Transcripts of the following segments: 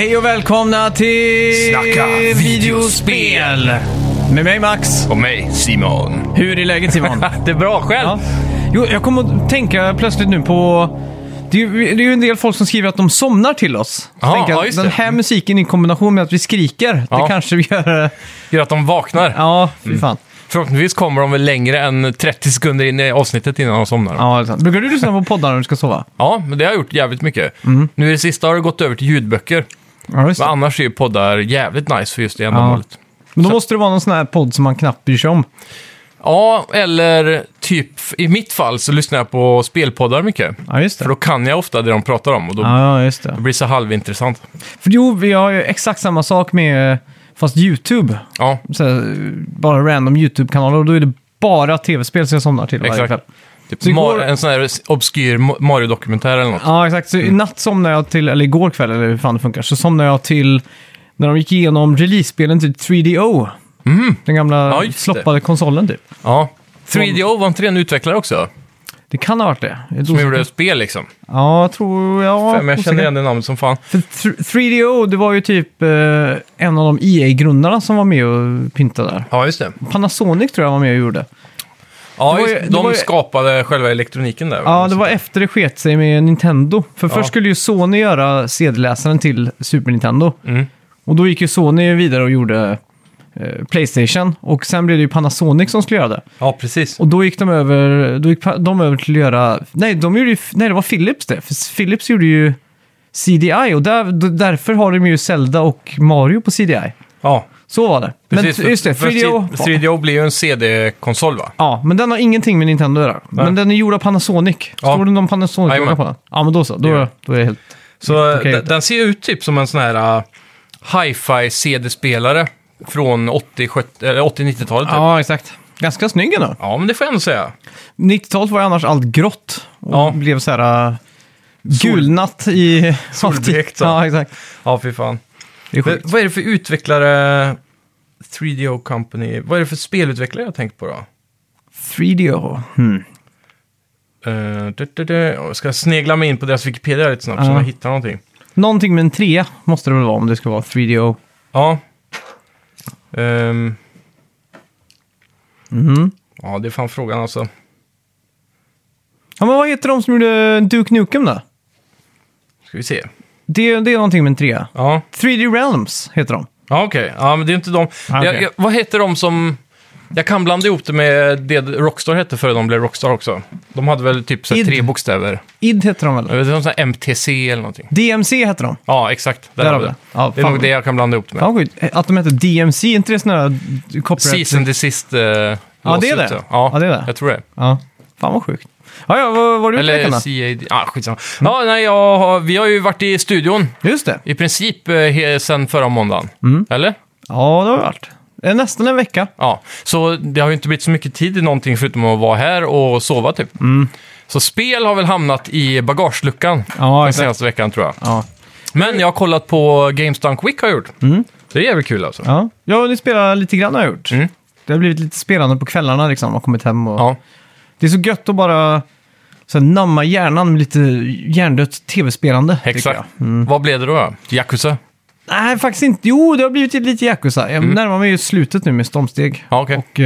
Hej och välkomna till Snacka videospel. Med mig Max. Och mig, Simon. Hur är läget Simon? Det är bra själv. Ja. Jo, jag kommer att tänka plötsligt nu på... Det är ju en del folk som skriver att de somnar till oss. Just den det. här musiken i kombination med att vi skriker, det kanske vi gör... Gör att de vaknar. Ja, fy fan. Förhoppningsvis kommer de väl längre än 30 sekunder in i avsnittet innan de somnar. Ja, det är sant. Brukar du lyssna på poddar när du ska sova? Ja, men det har jag gjort jävligt mycket. Nu i det sista har det gått över till ljudböcker. Ja, just Men det. annars är ju poddar jävligt nice för just det ändamålet. Men då måste det vara någon sån här podd som man knappt bryr sig om. Ja, eller typ i mitt fall så lyssnar jag på spelpoddar mycket. Ja, just det. För då kan jag ofta det de pratar om och då Ja, just det. blir det så halvintressant. För jo, vi har ju exakt samma sak med fast YouTube. Ja, Så här, bara random YouTube-kanaler och då är det bara tv-spel som jag somnar till varje exakt. kväll. Typ Så igår- en sån här obskyr Mario-dokumentär eller något. Ja, exakt. Så i natt somnade jag till, eller igår kväll, eller hur fan det funkar, så somnade jag till när de gick igenom release-spelen till 3DO. Den gamla Ja, just det. floppade konsolen typ. Ja. 3DO var inte det en utvecklare också? Det kan ha varit det. Jag är Som osäker. gjorde spel liksom. Ja, jag tror... Ja, Men jag känner igen det namnet som fan. För 3DO, det var ju typ en av de EA-grundarna som var med och pyntade där. Ja, just det. Panasonic tror jag var med och gjorde. Ja, Det var just, ju- det var de ju- skapade själva elektroniken där. Ja, det var efter det sket sig med Nintendo. För Ja. först skulle ju Sony göra CD-läsaren till Super Nintendo. Mm. Och då gick ju Sony vidare och gjorde PlayStation. Och sen blev det ju Panasonic som skulle göra det. Ja, precis. Och då gick de över till att göra... Nej, det var Philips det. För Philips gjorde ju CDI och därför har de ju Zelda och Mario på CDI. Ja, Så var det. precis. Men just det, För 3DO... 3DO blir ju en CD-konsol, va? Ja, men den har ingenting med Nintendo att göra. Men den är gjord av Panasonic. Ja. Står det någon Panasonic-logga Jajamän. på den? Ja, men då så. Det gör Då är det helt... Så Okej. den ser ut typ som en sån här hi-fi CD-spelare från 80-90-talet. Typ. Ja, exakt. Ganska snygg ändå. Ja, men det får jag ändå säga. 90-talet var ju annars allt grått. Och Ja. blev så här gulnat i... Solblekt, så. Ja, exakt. Ja, fy fan. Det är sjukt. Vad är det för utvecklare 3DO Company? Vad är det för spelutvecklare jag har tänkt på då? 3DO. Jag ska snegla mig in på deras Wikipedia lite snabbt så Ja. jag hittar någonting. Någonting med en 3 måste det väl vara om det ska vara 3DO. Ja. Ja, det är fan frågan alltså. Ja, men vad heter de som gjorde Duke Nukem då? Ska vi se. Det är någonting med en 3. Ja, 3D Realms heter de. ja okej. Ja, men det är inte de. Okej. Vad heter de som... Jag kan blanda ihop det med det Rockstar hette före de blev Rockstar också. De hade väl typ så här id. 3 bokstäver. id heter de väl? Jag vet inte, sån här MTC eller någonting. DMC heter de. Ja, exakt. Där Där har har vi vi det. det. Ja, Det är fan. nog det jag kan blanda ihop det med. Fan sjukt. Att de heter DMC, inte det sån här copyright? Season desist. Ja, det är det. Ja, Ja, det är det. Jag tror det. Ja, fan vad sjukt. Ja, vad var du ute Eller veckan då? CAD. Ja, skitsamma. Ja, nej, vi har ju varit i studion Just det. i princip sen förra måndagen. Eller? Ja, det har det varit. Nästan en vecka. Ja, så det har ju inte blivit så mycket tid i någonting förutom att vara här och sova typ. Så spel har väl hamnat i bagageluckan Ja, den exakt. senaste veckan tror jag. Ja. Men jag har kollat på Games Done Quick har jag gjort. Det är jävligt kul alltså. Ja, ni spelar lite grann har jag gjort. Mm. Det har blivit lite spelande på kvällarna liksom, man har kommit hem och... Ja. Det är så gött att bara så här, namma hjärnan med lite hjärndött tv-spelande. tycker Exakt. jag. Vad blev det då? Yakuza? Nej, faktiskt inte. Jo, det har blivit lite Yakuza. Jag närmar mig ju slutet nu med stormsteg. Ja, okej. Och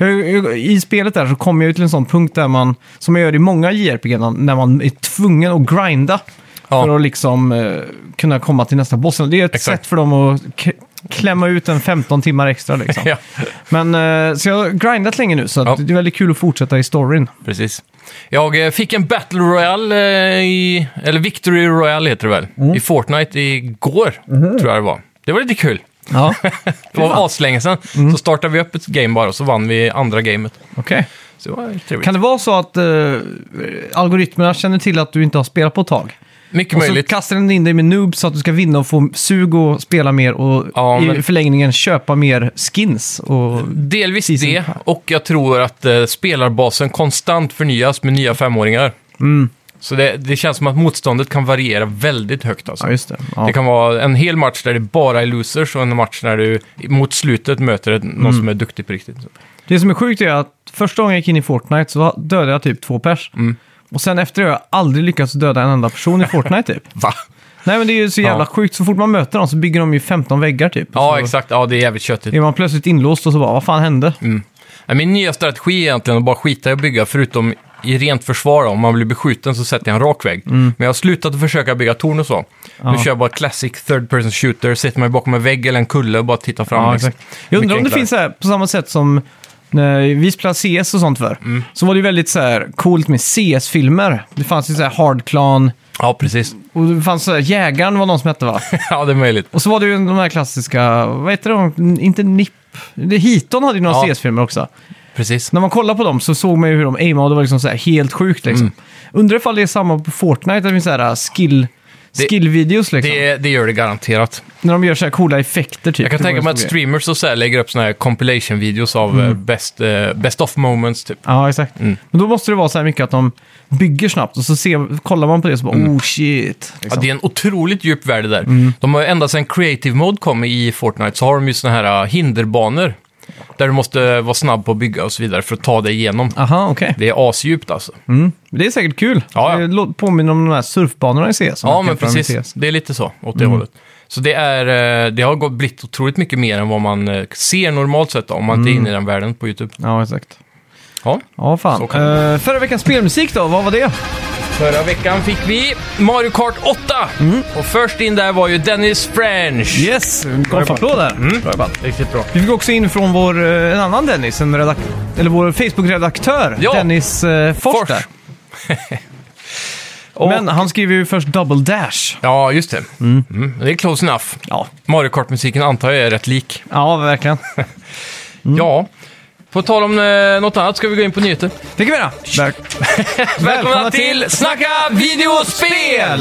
i spelet där så kommer jag ju till en sån punkt där man, som jag gör i många JRPG, när man är tvungen att grinda Ja. för att liksom kunna komma till nästa boss. Det är ett Exakt. sätt för dem att klämma ut en 15 timmar extra liksom. Ja, Men så jag har grindat länge nu, så att Ja. det är väldigt kul att fortsätta i storyn. precis. Jag fick en Battle Royale eller Victory Royale heter det väl, i Fortnite igår, tror jag det var. Det var lite kul. Ja, Det var aslänge sedan. Så startade vi upp ett game bara och så vann vi andra gamet. okej. Så det var trevligt. Kan det vara så att algoritmerna känner till att du inte har spelat på ett tag? Mycket Och så möjligt. kastar den in dig med noob så att du ska vinna och få sug och spela mer och Ja, i men- förlängningen köpa mer skins. Och... Delvis Season det, Pass. och jag tror att spelarbasen konstant förnyas med nya 5-åringar. Så det känns som att motståndet kan variera väldigt högt. Alltså. Ja, just det. Ja. Det kan vara en hel match där det bara är losers och en match när du mot slutet möter någon som är duktig på riktigt. Det som är sjukt är att första gången jag gick in i Fortnite så dödade jag typ 2 pers. Och sen efter det har jag aldrig lyckats döda en enda person i Fortnite typ. Va? Nej, men det är ju så jävla sjukt. Så fort man möter dem så bygger de ju 15 väggar typ. Ja, så exakt. Ja, det är jävligt köttigt. är man plötsligt inlåst och så bara, vad fan hände? Min nya strategi är egentligen att bara skita i att bygga, förutom i rent försvar. Om man blir beskjuten så sätter jag en rak vägg. Men jag har slutat att försöka bygga torn och så. Nu kör jag bara classic third person shooter, sätter mig bakom en vägg eller en kulle och bara tittar fram. Ja, exakt. Jag undrar om det finns så här, på samma sätt som när vi spelade CS och sånt för. Så var det ju väldigt så här coolt med CS-filmer. Det fanns ju så här Hard Clan. Ja, precis. Och det fanns så här, Jägaren var någon som hette, va? Ja, det är möjligt. Och så var det ju de här klassiska, vad heter de? Inte NIP. Hiton hade ju några CS-filmer också. Precis. När man kollar på dem så såg man ju hur de aimade och det var liksom så här helt sjukt liksom. Undrar ifall det är samma på Fortnite, att det finns så här skill-videos liksom. Det gör det garanterat. När de gör så här coola effekter typ. Jag kan tänka mig att streamers och så här lägger upp såna här compilation-videos av best of moments typ. Ja, exakt. Men då måste det vara så här mycket att de bygger snabbt och så kollar man på det och så bara, oh shit. Liksom. Ja, det är en otroligt djup värld där. De har ju ända sedan Creative Mode kom i Fortnite så har de ju såna här hinderbanor. Där du måste vara snabb på att bygga och så vidare för att ta dig igenom. Aha, okej. Det är asdjupt alltså. Det är säkert kul. Ja. Det påminner om de här surfbanorna i CS. Ja, men precis. Det är lite så, åt det hållet. Så det har blivit otroligt mycket mer än vad man ser normalt sett då, om man inte är inne i den världen på YouTube. Ja, exakt. Ja, Ja, fan. Förra veckans spelmusik då, vad var det? Förra veckan fick vi Mario Kart 8. Och först in där var ju Dennis French. Yes, en golfapplåd där. Bra jobbat. Riktigt bra. Vi fick också in från en annan Dennis, vår Facebook-redaktör, Ja. Dennis Fors där. Men han skriver ju först Double Dash. Ja, just det. Det är close enough. Ja, Mario Kart-musiken antar jag är rätt lik. ja verkligen. Ja. På tal om något annat ska vi gå in på nyheter. Det kan vi göra. Välkomna till Snacka videospel!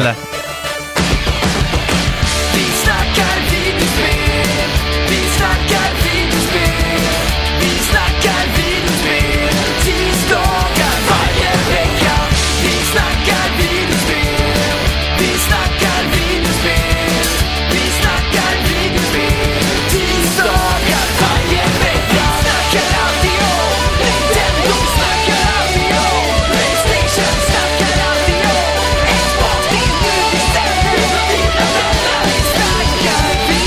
Vi snackar videospel, vi snackar videospel, vi snackar videospel, tisdagar varje vecka. Vi snackar videospel, vi snackar videospel, vi snackar videospel, tisdagar varje vecka. Snackar alltid om Nintendo, snackar alltid om PlayStation, snackar alltid om Xbox, det är nu vi sätter dina vänner. Vi snackar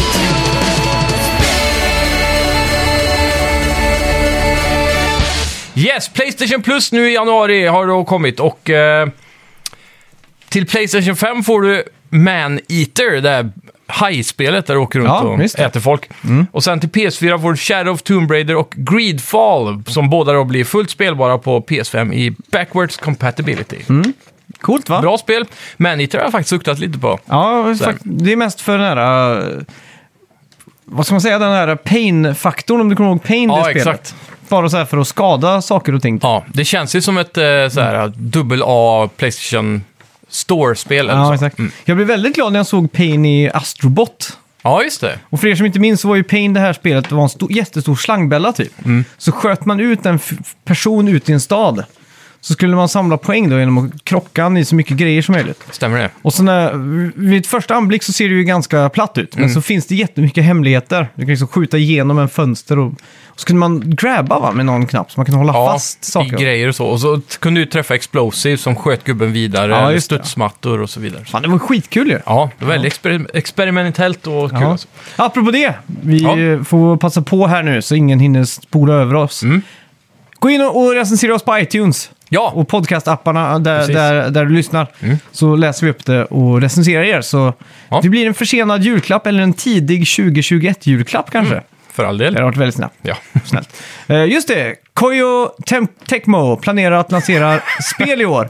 Yes, PlayStation Plus nu i januari har då kommit och till PlayStation 5 får du Man-Eater, det här hajspelet där du åker runt och äter folk. Och sen till PS4 får du Shadow of Tomb Raider och Greedfall som båda då blir fullt spelbara på PS5 i Backwards Compatibility. Coolt, va? Bra spel. Man-Eater har jag faktiskt suktat lite på. Ja, det är mest för den här... vad ska man säga? Den här pain-faktorn, om du kommer ihåg pain, det spelet. Exakt. Bara så här för att skada saker och ting. Ja, det känns ju som ett så här AA PlayStation Store-spel. Eller Ja, så. exakt. Jag blev väldigt glad när jag såg Pain i Astrobot. Ja, just det. Och för er som inte minns så var ju Pain det här spelet, det var en jättestor slangbälla typ. Så sköt man ut en person ut i en stad. Så skulle man samla poäng då genom att krocka i så mycket grejer som möjligt. Stämmer det? Och så vid ett första anblick så ser det ju ganska platt ut. Men så finns det jättemycket hemligheter. Du kan liksom skjuta igenom en fönster och så kunde man grabba med någon knapp så man kunde hålla fast saker. I grejer och så. Och så kunde du träffa explosive som sköt gubben vidare. Ja, eller studsmattor och så vidare. Fan, det var skitkul ju. Ja, det var väldigt experimentellt och kul. Ja. Alltså. Apropå det, vi får passa på här nu så ingen hinner spola över oss. Gå in och recensera oss på iTunes. Ja, Och podcastapparna där du lyssnar. Så läser vi upp det och recenserar er. Så det blir en försenad julklapp eller en tidig 2021-julklapp kanske. för all del. Det har varit väldigt snabbt. Ja. Snällt. Just det, Koyo Tecmo planerar att lansera spel i år.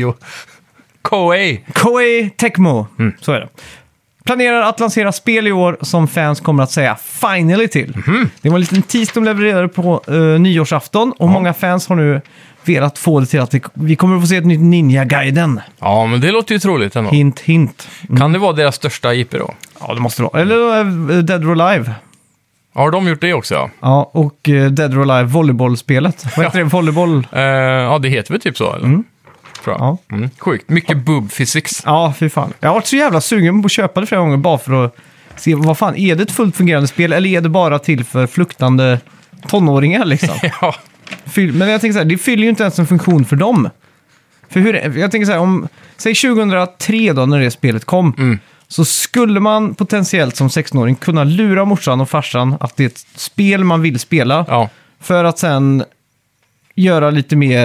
Koei Tecmo, så är det. Planerar att lansera spel i år som fans kommer att säga finally till. Det var en liten tease de levererade på nyårsafton och många fans har nu velat få det till att vi kommer att få se ett nytt Ninja-guiden. Ja, men det låter ju troligt ändå. Hint, hint. Kan det vara deras största IP då? Ja, det måste det vara. Eller Dead or Alive. Har de gjort det också? Ja, Ja, och Dead or Alive volleybollspelet. Vad heter det? Volleyboll? ja, det heter väl typ så, eller? Tror jag. Ja. Sjukt. Mycket boob physics. Ja, fy fan. Jag har varit så jävla sugen på att köpa det flera gånger bara för att se vad fan, är det ett fullt fungerande spel eller är det bara till för fluktande tonåringar liksom? Ja. Men jag tänker så här, det fyller ju inte ens en funktion för dem. För jag tänker så här, säg 2003 då när det spelet kom, så skulle man potentiellt som 16-åring kunna lura morsan och farsan att det är ett spel man vill spela. Ja. För att sen göra lite mer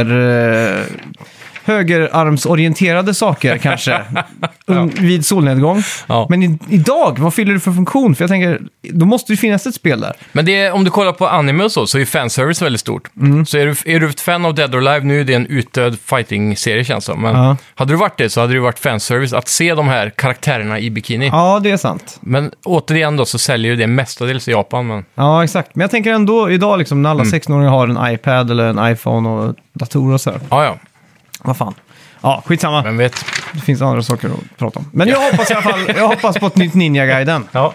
högerarmsorienterade saker kanske vid solnedgång. Ja. Men idag, vad fyller det för funktion? För jag tänker, då måste det finnas ett spel där. Men om du kollar på anime och så är fanservice väldigt stort. Så är du ett fan av Dead or Alive nu, det är en utdöd fighting-serie känns det som. Men hade du varit det så hade det varit fanservice att se de här karaktärerna i bikini. Ja, det är sant. Men återigen då så säljer ju det mestadels i Japan. Men... Ja, exakt. Men jag tänker ändå idag liksom, när alla 16-åringar har en iPad eller en iPhone och datorer och så här. Ja. Vad fan. Ja, skitsamma. Vem vet. Det finns andra saker att prata om. Men jag hoppas i alla fall, jag hoppas på ett nytt Ninja-guiden. Ja,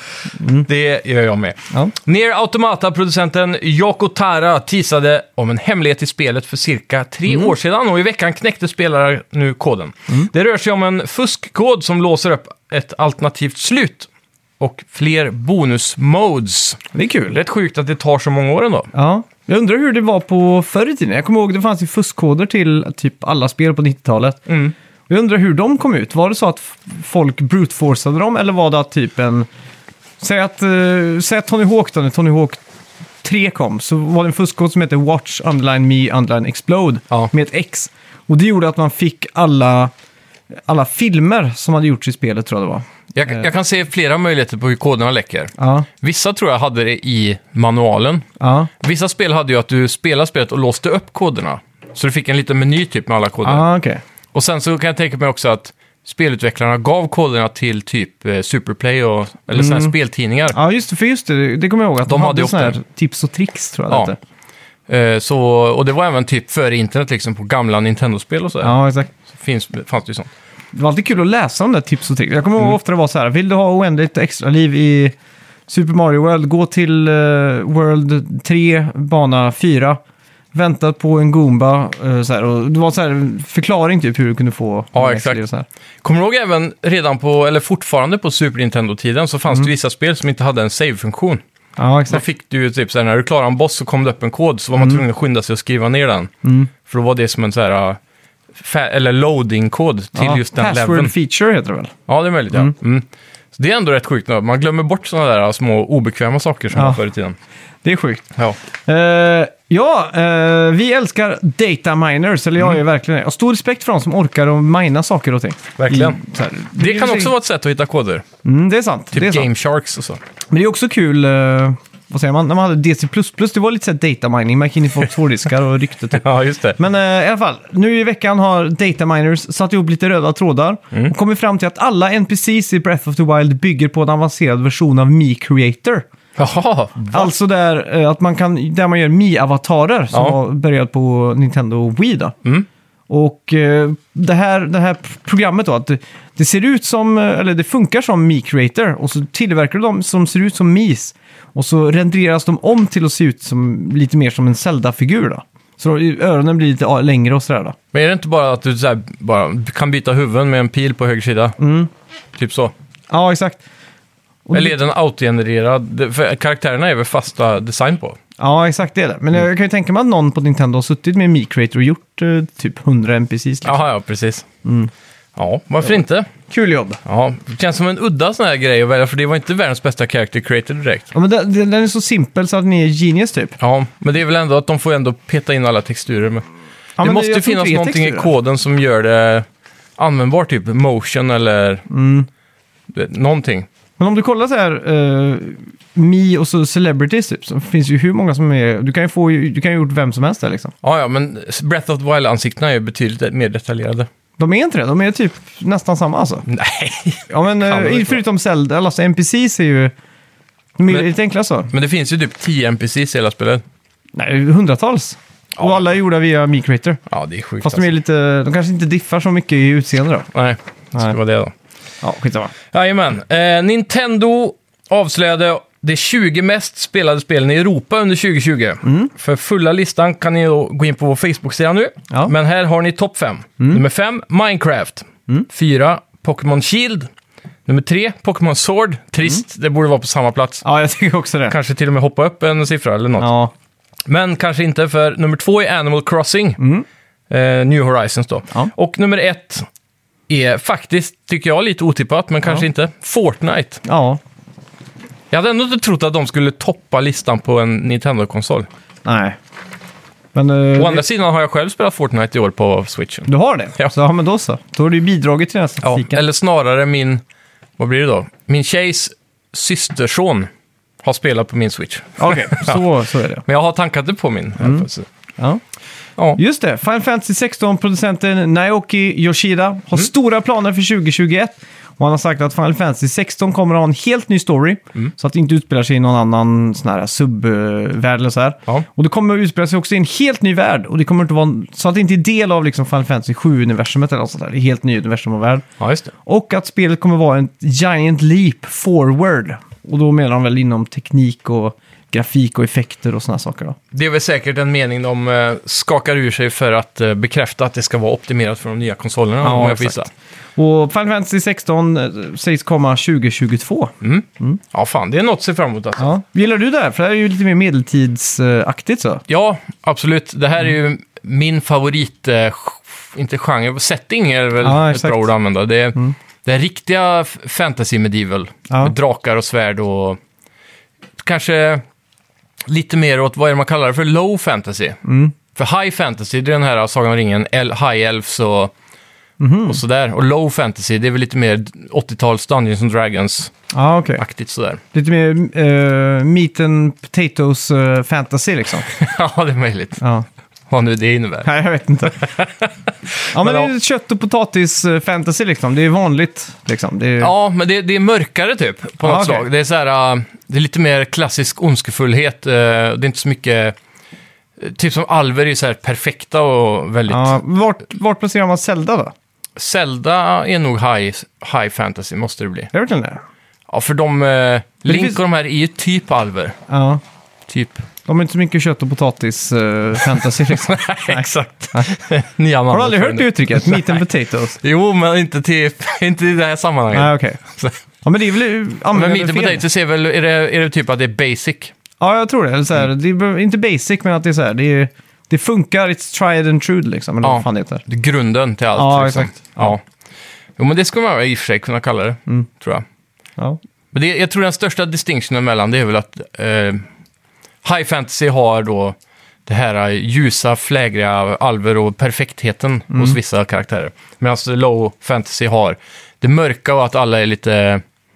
det gör jag med. Ja. Nier Automata-producenten Yoko Tara teasade om en hemlighet i spelet för cirka 3 år sedan och i veckan knäckte spelare nu koden. Det rör sig om en fuskkod som låser upp ett alternativt slut och fler bonus-modes. Det är kul. Rätt sjukt att det tar så många år ändå. Ja. Jag undrar hur det var på förr i tiden. Jag kommer ihåg det fanns ju fuskkoder till typ alla spel på 90-talet. Jag undrar hur de kom ut. Var det så att folk brute-forcade dem eller var det att typ en... Säg att Tony Hawk då, när Tony Hawk 3 kom så var det en fuskkod som heter Watch, underline me, underline explode med ett X. Och det gjorde att man fick alla filmer som hade gjorts i spelet tror jag det var. Jag kan se flera möjligheter på hur koderna läcker. Ja. Vissa tror jag hade det i manualen. Ja. Vissa spel hade ju att du spelade spelet och låste upp koderna. Så du fick en liten meny typ med alla koder. Ja, okej. Och sen så kan jag tänka mig också att spelutvecklarna gav koderna till typ Superplay eller sådana här speltidningar. Ja, just det. Det kommer jag ihåg att de hade sådana här tips och tricks tror jag det hette. Och det var även typ före internet liksom på gamla Nintendo-spel och så. Ja, exakt. Fanns det ju sånt. Det var alltid kul att läsa om det tips och tricks. Jag kommer ihåg ofta det var så här, vill du ha oändligt extra liv i Super Mario World, gå till World 3, bana 4, vänta på en Goomba. Så här, och det var så här förklaring typ hur du kunde få exakt. liv och så här. Kommer du ihåg även eller fortfarande på Super Nintendo-tiden så fanns det vissa spel som inte hade en save-funktion. Ja, exakt. Då fick du ju typ så här, när du klarade en boss så kom det upp en kod så var man tvungen att skynda sig och skriva ner den. För då var det som en så här... eller loading-kod till just den leveln. Password feature heter det väl? Ja, det är möjligt, ja. Så det är ändå rätt sjukt nu. Man glömmer bort sådana där små obekväma saker som var förr i tiden. Det är sjukt. Ja. Vi älskar data miners, eller jag är verkligen det. Jag har stor respekt för de som orkar att mina saker och ting. Verkligen. Det kan också vara ett sätt att hitta koder. Det är sant. Typ det är Game sant. Sharks och så. Men det är också kul... vad säger man? När man hade DC++, det var lite så här data mining. Man kan in i folks hårddiskar och rykte typ. Ja, just det. Men i alla fall, nu i veckan har data miners satt ihop lite röda trådar och kommit fram till att alla NPCs i Breath of the Wild bygger på en avancerad version av Mi Creator. Jaha, Alltså där man gör Mi-avatarer som var börjat på Nintendo Wii då. Och det här programmet då, att det ser ut som, eller det funkar som Mi Creator och så tillverkar de som ser ut som Mis. Och så renderas de om till att se ut som lite mer som en Zelda-figur då. Så öronen blir lite längre och sådär då. Men är det inte bara att du så här, bara kan byta huvuden med en pil på höger sida? Typ så. Ja, exakt. Och eller är den autogenererad? För karaktärerna är väl fasta design på? Ja, exakt det är det. Men jag kan ju tänka mig att någon på Nintendo har suttit med Mi Creator och gjort typ 100 NPCs. Liksom. Ja, precis. Ja, varför inte? Kul jobb. Ja, det känns som en udda sån här grej att välja, för det var inte världens bästa character creator direkt. Ja, men den är så simpel så att ni är genius typ. Ja, men det är väl ändå att de får ändå peta in alla texturer. Men ja, det måste finnas någonting i koden som gör det användbart, typ motion eller någonting. Men om du kollar så här Mi och så celebrities typ, så finns ju hur många som är... Du kan ju gjort vem som helst där liksom. Ja, men Breath of the Wild-ansiktena är betydligt mer detaljerade. De är inte det, de är typ nästan samma alltså. Nej. Ja, men förutom Zelda, alltså NPCs är ju... De är lite enklare så. Men det finns ju typ 10 NPCs i hela spelet. Nej, hundratals. Ja. Och alla är gjorda via Mi Creator. Ja, det är sjukt. Fast de är lite... De kanske inte diffar så mycket i utseende då. Nej, det ska vara det då. Ja, skitsamma. Jajamän. Nintendo avslöjade de 20 mest spelade spelen i Europa under 2020. För fulla listan kan ni gå in på vår Facebook-sida nu. Ja. Men här har ni topp 5. Nummer 5, Minecraft. 4, Pokémon Shield. Nummer 3, Pokémon Sword. Trist, det borde vara på samma plats. Ja, jag tycker också det. Kanske till och med hoppa upp en siffra eller något. Ja. Men kanske inte, för nummer 2 är Animal Crossing. New Horizons då. Ja. Och nummer 1 är faktiskt, tycker jag, lite otippat, men kanske inte. Fortnite. Ja. Jag hade ändå inte trott att de skulle toppa listan på en Nintendo-konsol. Nej. Men, Å andra sidan har jag själv spelat Fortnite i år på Switchen. Du har det? Ja. Så, men då så. Då har du ju bidragit till den här statistiken. Eller snarare min, vad blir det då? Min tjejs systerson har spelat på min Switch. Okej, så är det. Men jag har tankat det på min. Ja. Ja. Just det, Final Fantasy 16-producenten Naoki Yoshida har stora planer för 2021. Och han har sagt att Final Fantasy 16 kommer att ha en helt ny story. Så att det inte utspelar sig i någon annan sån här subvärld eller så här. Ja. Och det kommer att utspela sig också i en helt ny värld. Och det kommer inte vara så att det inte är del av liksom Final Fantasy 7-universumet eller något sånt där. Det är helt ny universum och värld. Ja, just det. Och att spelet kommer vara en giant leap forward. Och då menar de väl inom teknik och grafik och effekter och såna saker då. Det är väl säkert en mening de skakar ur sig för att bekräfta att det ska vara optimerat för de nya konsolerna. Ja, om jag får gissa. Och Final Fantasy 16 sägs komma 2022. Ja, fan, det är något att se fram emot alltså. Ja. Gillar du det här? För det här är ju lite mer medeltidsaktigt så. Ja, absolut. Det här är ju min favorit, inte genre, setting är väl ett bra ord att använda. Det är riktiga fantasy medieval. Med drakar och svärd och kanske lite mer åt, vad är det man kallar det för, low fantasy. För high fantasy, det är den här Sagan om ringen, high elves och sådär. Och low fantasy, det är väl lite mer 80-tals Dungeons and Dragons-aktigt sådär. Lite mer meat and potatoes fantasy liksom. Ja, det är möjligt. Ja. Vad nu det innebär. Nej, jag vet inte. Ja, men det är kött och potatis fantasy liksom. Det är vanligt liksom. Det är... Ja, men det är mörkare typ på något slag. Det är så här, det är lite mer klassisk ondskefullhet. Det är inte så mycket... Typ som alver är så här perfekta och väldigt... Ja, vart placerar man Zelda då? Zelda är nog high fantasy, måste det bli. Är det verkligen det? Ja, för Link och de här är ju typ alver. Ja. Typ. De är inte så mycket kött och potatis fantasy liksom. Nej, exakt. Har du aldrig hört det uttrycket? Meat and potatoes? Jo, men inte i det här sammanhanget. Nej, okej. Ja, men det är väl... Men meat and potatoes är väl, är det typ att det är basic? Ja, jag tror det. Eller så här, det är inte basic, men att det är så här, det funkar, it's tried and true liksom. Eller vad fan det heter. Det är grunden till allt. Ja, liksom. exakt. Ja. Jo, men det skulle man i och för sig kunna kalla det, tror jag. Ja. Men jag tror den största distinctionen mellan det är väl att high fantasy har då det här ljusa, flägriga alver och perfektheten hos vissa karaktärer. Medan low fantasy har det mörka och att alla är lite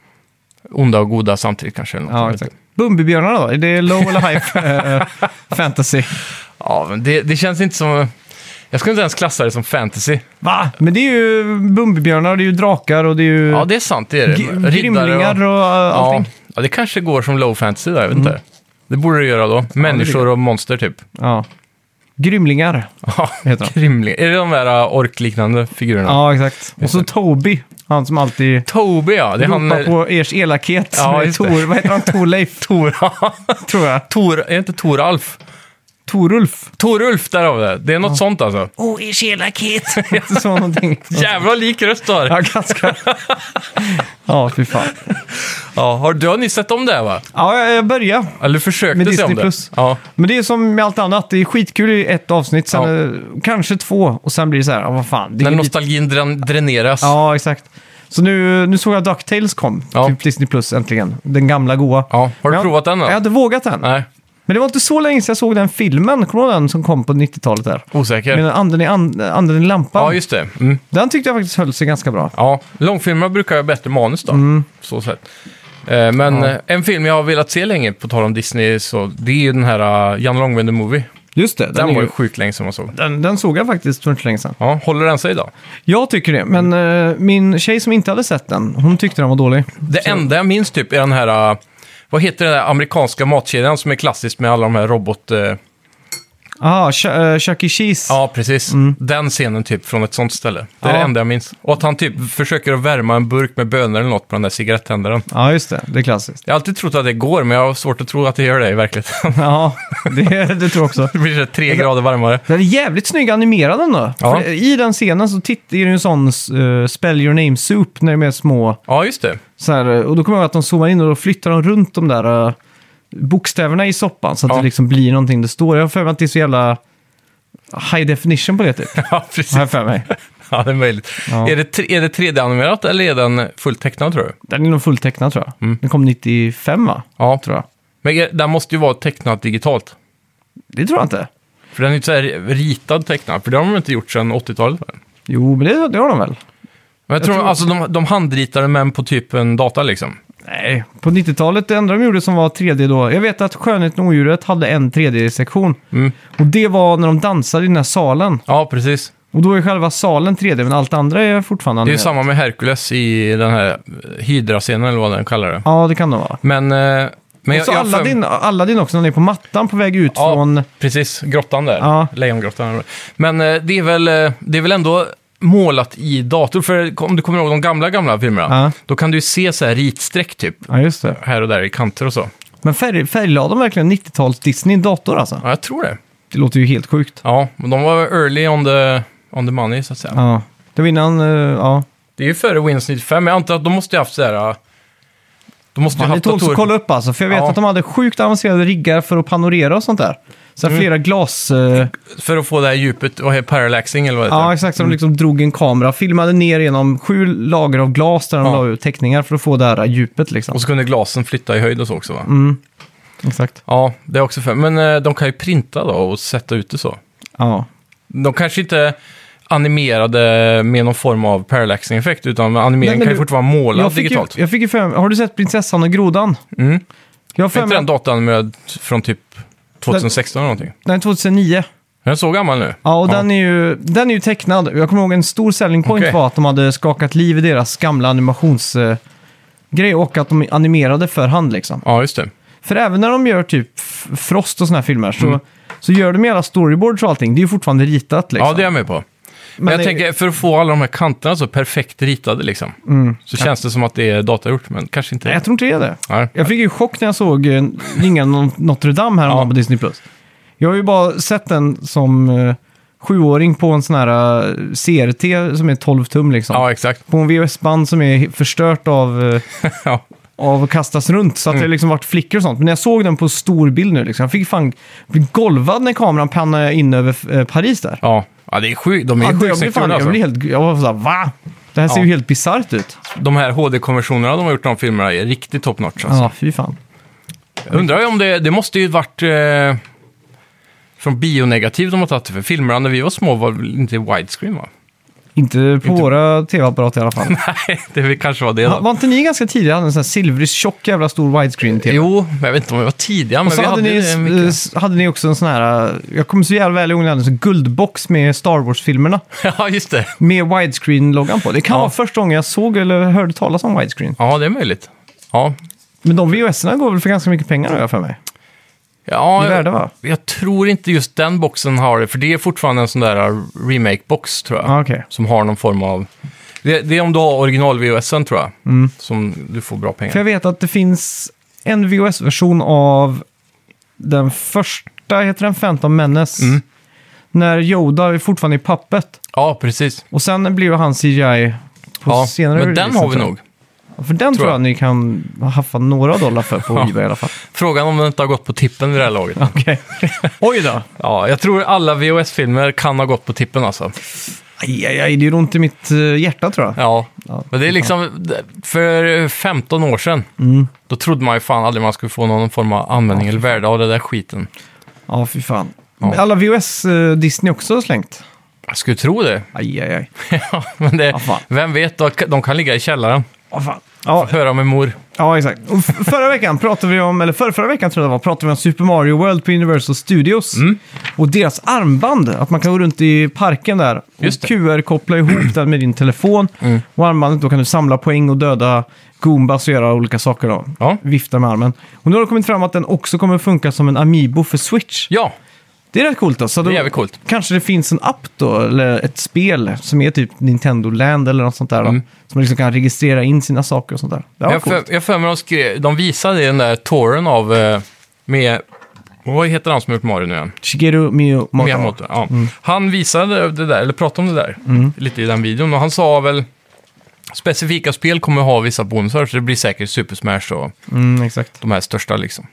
onda och goda samtidigt kanske. Eller något. Ja, exakt. Bumbibjörnarna då? Är det low eller high fantasy? Ja, men det känns inte som... Jag skulle inte ens klassa det som fantasy. Va? Men det är ju bumbibjörnar, det är ju drakar och det är ju... Ja, det är sant, det är det. Grymlingar och allting. Ja, det kanske går som low fantasy där, jag vet inte. Det borde det göra då. Människor och monster typ. Ja. Grymlingar heter de. Grymlingar. Är det de där orkliknande figurerna? Ja, exakt. Och så Toby. Han som alltid... Toby, ja. Det är han... på ers elakhet. Ja, Tor, vad heter han? Torleif? Tror jag. Är det inte Toralf? Torulf, där har vi det. Det är något sånt alltså. Ers elakhet. Så någonting. Jävla lik röst då. Ja, ganska. Ja, fy fan. Ja, du har ni sett om det va? Ja, jag började. Eller försökte med se om Disney det. Plus. Ja. Men det är som med allt annat. Det är skitkul i ett avsnitt, sen kanske 2. Och sen blir det så här, vad fan. När nostalgin dräneras. Ja, exakt. Så nu såg jag DuckTales kom till Disney Plus äntligen. Den gamla goa. Ja. Har du provat den då? Jag hade vågat den. Nej. Men det var inte så länge sedan jag såg den filmen. Kommer du ihåg den som kom på 90-talet där? Osäker. Med anden i lampan. Ja, just det. Den tyckte jag faktiskt höll sig ganska bra. Ja, långfilmer brukar ha bättre manus då. Så sätt. Men en film jag har velat se länge, på tal om Disney, så det är ju den här Jan Långben The Movie. Just det. Den var ju sjukt länge som man såg. Den såg jag faktiskt för inte länge sedan. Ja, håller den sig idag? Jag tycker det, men min tjej som inte hade sett den, hon tyckte den var dålig. Det enda jag minns typ är den här... Vad heter den där amerikanska matkedjan som är klassisk med alla de här robot... Chuck E. Cheese. Ja, precis. Den scenen typ från ett sånt ställe. Det är det enda jag minns. Och att han typ försöker att värma en burk med bönor eller något på den där cigarettändaren. Ja, just det. Det är klassiskt. Jag har alltid trott att det går, men jag har svårt att tro att det gör det i verkligheten. Ja, det tror jag också. Det blir 3 grader varmare. Den är jävligt snygg animerad ändå. Ja. I den scenen så är det ju en sån spell your name soup när de är små. Ja, just det. Så här, och då kommer jag ihåg att de zoomar in och då flyttar de runt de där bokstäverna i soppan så att det liksom blir någonting det står. Jag har för mig att det är så jävla high definition på det typ. Ja, precis. Har jag för mig. Ja, det är möjligt. Ja. Är det 3D-animerat eller är den fullt tecknad, tror du? Den är nog fullt tecknad, tror jag. Den kom 95, va? Ja. Tror jag. Men den måste ju vara tecknad digitalt. Det tror jag inte. För den är ju inte så här ritad tecknad, för det har de inte gjort sedan 80-talet. Jo, men det har de väl. Men jag tror alltså de handritade men på typ en data liksom. Nej, på 90-talet, det enda de gjorde som var 3D då. Jag vet att Skönheten och odjuret hade en 3D-sektion. Och det var när de dansade i den här salen. Ja, precis. Och då är själva salen 3D, men allt andra är fortfarande Det är ju animerat. samma med Hercules i den här Hydra-scenen eller vad den kallar det. Ja, det kan det vara. Men Och så Aladdin också, när han är på mattan på väg ut från... precis. Grottan där. Ja. Lejongrottan. Men det är väl ändå målat i dator. För om du kommer ihåg de gamla filmerna, Ja. då kan du ju se så här ritsträck typ. Ja, just det. Här och där i kanter och så. Men färglade de verkligen 90-tals Disney i dator alltså? Ja, jag tror det. Det låter ju helt sjukt. Ja, men de var early on the money så att säga. Ja. Det var innan, ja. Det är ju före Windows 95. Jag antar att de måste ju haft så här... De måste ju Det haft tål att kolla upp alltså, för jag vet Ja. att de hade sjukt avancerade riggar för att panorera och sånt där. Så flera glas... För att få det här djupet, vad heter parallaxing eller vad det Ja, heter. exakt. Så de liksom drog en kamera, filmade ner genom 7 lager av glas där de la ut teckningar för att få det här djupet liksom. Och så kunde glasen flytta i höjd och så också va? Exakt. Ja, det är också för. Men de kan ju printa då och sätta ut det så. Ja. De kanske inte animerade med någon form av parallaxing-effekt, utan animeringen kan ju fortfarande vara målad digitalt. Jag fick ju har du sett Prinsessan och grodan? Jag har Är inte den dataanimerad från typ 2016 eller någonting? Nej, 2009. Den är så gammal nu? Ja, och den är ju tecknad. Jag kommer ihåg en stor selling point Okej. var att de hade skakat liv i deras gamla animationsgrej och att de animerade för hand liksom. Ja, just det. För även när de gör typ Frost och såna här filmer så gör de hela storyboards och allting. Det är ju fortfarande ritat liksom. Ja, det är jag med på. Men jag tänker, för att få alla de här kanterna så perfekt ritade liksom, så känns det som att det är datagjort, men kanske inte. Nej, jag tror inte det är det. Nej. Jag fick ju chock när jag såg Ringen Notre Dame här på Disney+. Jag har ju bara sett den som 7-åring på en sån här CRT som är 12 tum liksom. Ja, exakt. På en VHS-band som är förstört av... Ja. av att kastas runt, så att det liksom varit flickor och sånt. Men när jag såg den på stor bild nu, liksom, jag fick fan bli golvad när kameran pannade in över Paris där. Ja, det är sjukt. De är sjukt snyggt gjorda, alltså. Jag var såhär, va? Det här ser ju helt bisarrt ut. De här HD-konversionerna de har gjort de filmerna är riktigt top notch. Alltså. Ja, fy fan. Undrar ju om det måste ju varit från bionegativ de har tagit det, för filmerna när vi var små var väl inte widescreen va? Inte på våra tv-apparater i alla fall. Nej, det kanske var det då. Var inte ni ganska tidiga? Hade en sån här silvrig, tjock jävla stor widescreen-tv? Jo, men jag vet inte om vi var tidiga, men Och så vi hade det mycket. hade ni också en sån här, jag kommer så jävla väl ihåg, en sån guldbox med Star Wars-filmerna. Ja, just det. Med widescreen-loggan på. Det kan vara första gången jag såg eller hörde talas om widescreen. Ja, det är möjligt. Ja, Men de VHS-erna går väl för ganska mycket pengar, har jag för mig. ja I värde, va? jag tror inte just den boxen har det, för det är fortfarande en sån där remake-box, tror jag. Ah, okej. Som har någon form av... Det är om du har original-VHSen, tror jag, som du får bra pengar. För jag vet att det finns en VHS-version av den första, heter den Phantom Menace. När Yoda är fortfarande i pappet. Ja, precis. Och sen blir ju han CGI på Ja, senare men den releasen, har vi tror jag. nog. För den tror jag ni kan haffa några dollar för på Ja. eBay i alla fall. Frågan om den inte har gått på tippen vid det här laget. Okej. Oj då. Ja, jag tror alla VHS-filmer kan ha gått på tippen alltså. Aj, det gör ont i mitt hjärta, tror jag. Ja, Ja, men det är liksom för 15 år sedan. Då trodde man ju fan aldrig man skulle få någon form av användning eller värde av det där skiten. Ja, fy fan. Ja. Alla VHS Disney också slängt. Jag skulle tro det. Aj. Ja, men det, Ja, fan. vem vet, de kan ligga i källaren. Ja, fan. Ja, Höra med mor. ja, exakt. Och förra veckan pratade vi om, eller förra veckan tror jag det var, pratade vi om Super Mario World på Universal Studios. Och deras armband, att man kan gå runt i parken där och Just det. QR-koppla ihop den med din telefon. Och armbandet, då kan du samla poäng och döda Goombas och göra olika saker då. Ja. Vifta med armen. Och nu har det kommit fram att den också kommer funka som en Amiibo för Switch. Ja, Det är rätt coolt då. Så det är då jävligt coolt. kanske det finns en app då, eller ett spel som är typ Nintendo Land eller något sånt där då. Som man liksom kan registrera in sina saker och sånt där. Det var coolt. Jag för mig de visade den där touren av med... Vad heter han som har gjort Mario nu igen? Shigeru Miyamoto. Ja. Han visade det där, eller pratade om det där, lite i den videon. Och han sa väl, specifika spel kommer ha vissa bonusar, så det blir säkert Super Smash och Exakt. de här största liksom.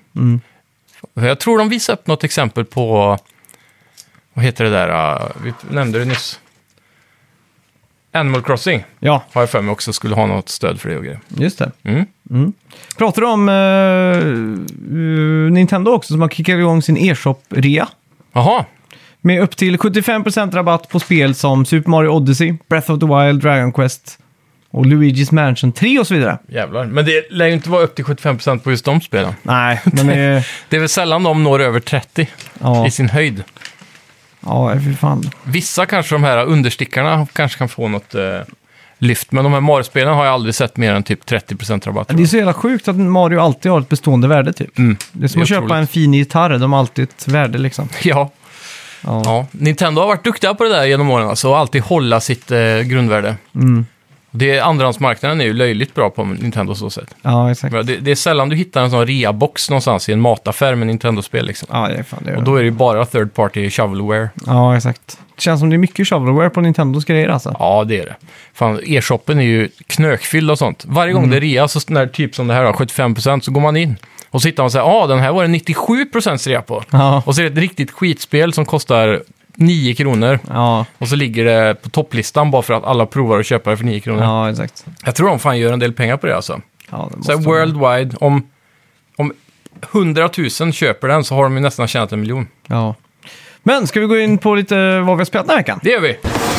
Jag tror de visade upp något exempel på, vad heter det där, vi nämnde det nyss. Animal Crossing Ja, har jag för mig också skulle ha något stöd för det och grejer. just det. Pratar du om Nintendo också som har kickat igång sin e-shop-rea? Jaha, Med upp till 75% rabatt på spel som Super Mario Odyssey, Breath of the Wild, Dragon Quest och Luigi's Mansion 3 och så vidare. jävlar. Men det lär ju inte vara upp till 75% på just de spelen. Nej, men det är... Det är väl sällan de når över 30 Ja, i sin höjd. ja fy fan. Vissa kanske de här understickarna kanske kan få något lyft. Men de här Mario-spelen har jag aldrig sett mer än typ 30% rabatt. Det är så jävla sjukt att Mario alltid har ett bestående värde typ. Det är som det är att köpa otroligt. en fin gitarr, de har alltid ett värde liksom. Ja. Ja. Ja, Nintendo har varit duktiga på det där genom åren, alltså, och alltid hålla sitt grundvärde. Andrahandsmarknaden är ju löjligt bra på Nintendo så sätt. Ja, exakt. Det är sällan du hittar en sån rea-box någonstans i en mataffär med Nintendo-spel liksom. Ja, det är fan det. Och då är det ju bara third party shovelware. Ja, exakt. Det känns som det är mycket shovelware på Nintendos grejer alltså. Ja, det är det. Fan, e-shoppen är ju knökfylld och sånt. Varje gång det är rea, så när typ som det här har 75%, så går man in. Och så hittar man och säger, den här var det 97% rea på. Ja. Och så är det ett riktigt skitspel som kostar 9 kronor. Ja, Och så ligger det på topplistan bara för att alla provar att köpa det för 9 kronor. ja exakt. Jag tror de fan gör en del pengar på det alltså. Ja, det Så måste worldwide, om 100 000 köper den så har de ju nästan tjänat 1 miljon. Ja. Men ska vi gå in på lite vad vi har spelat den här veckan? Det gör vi!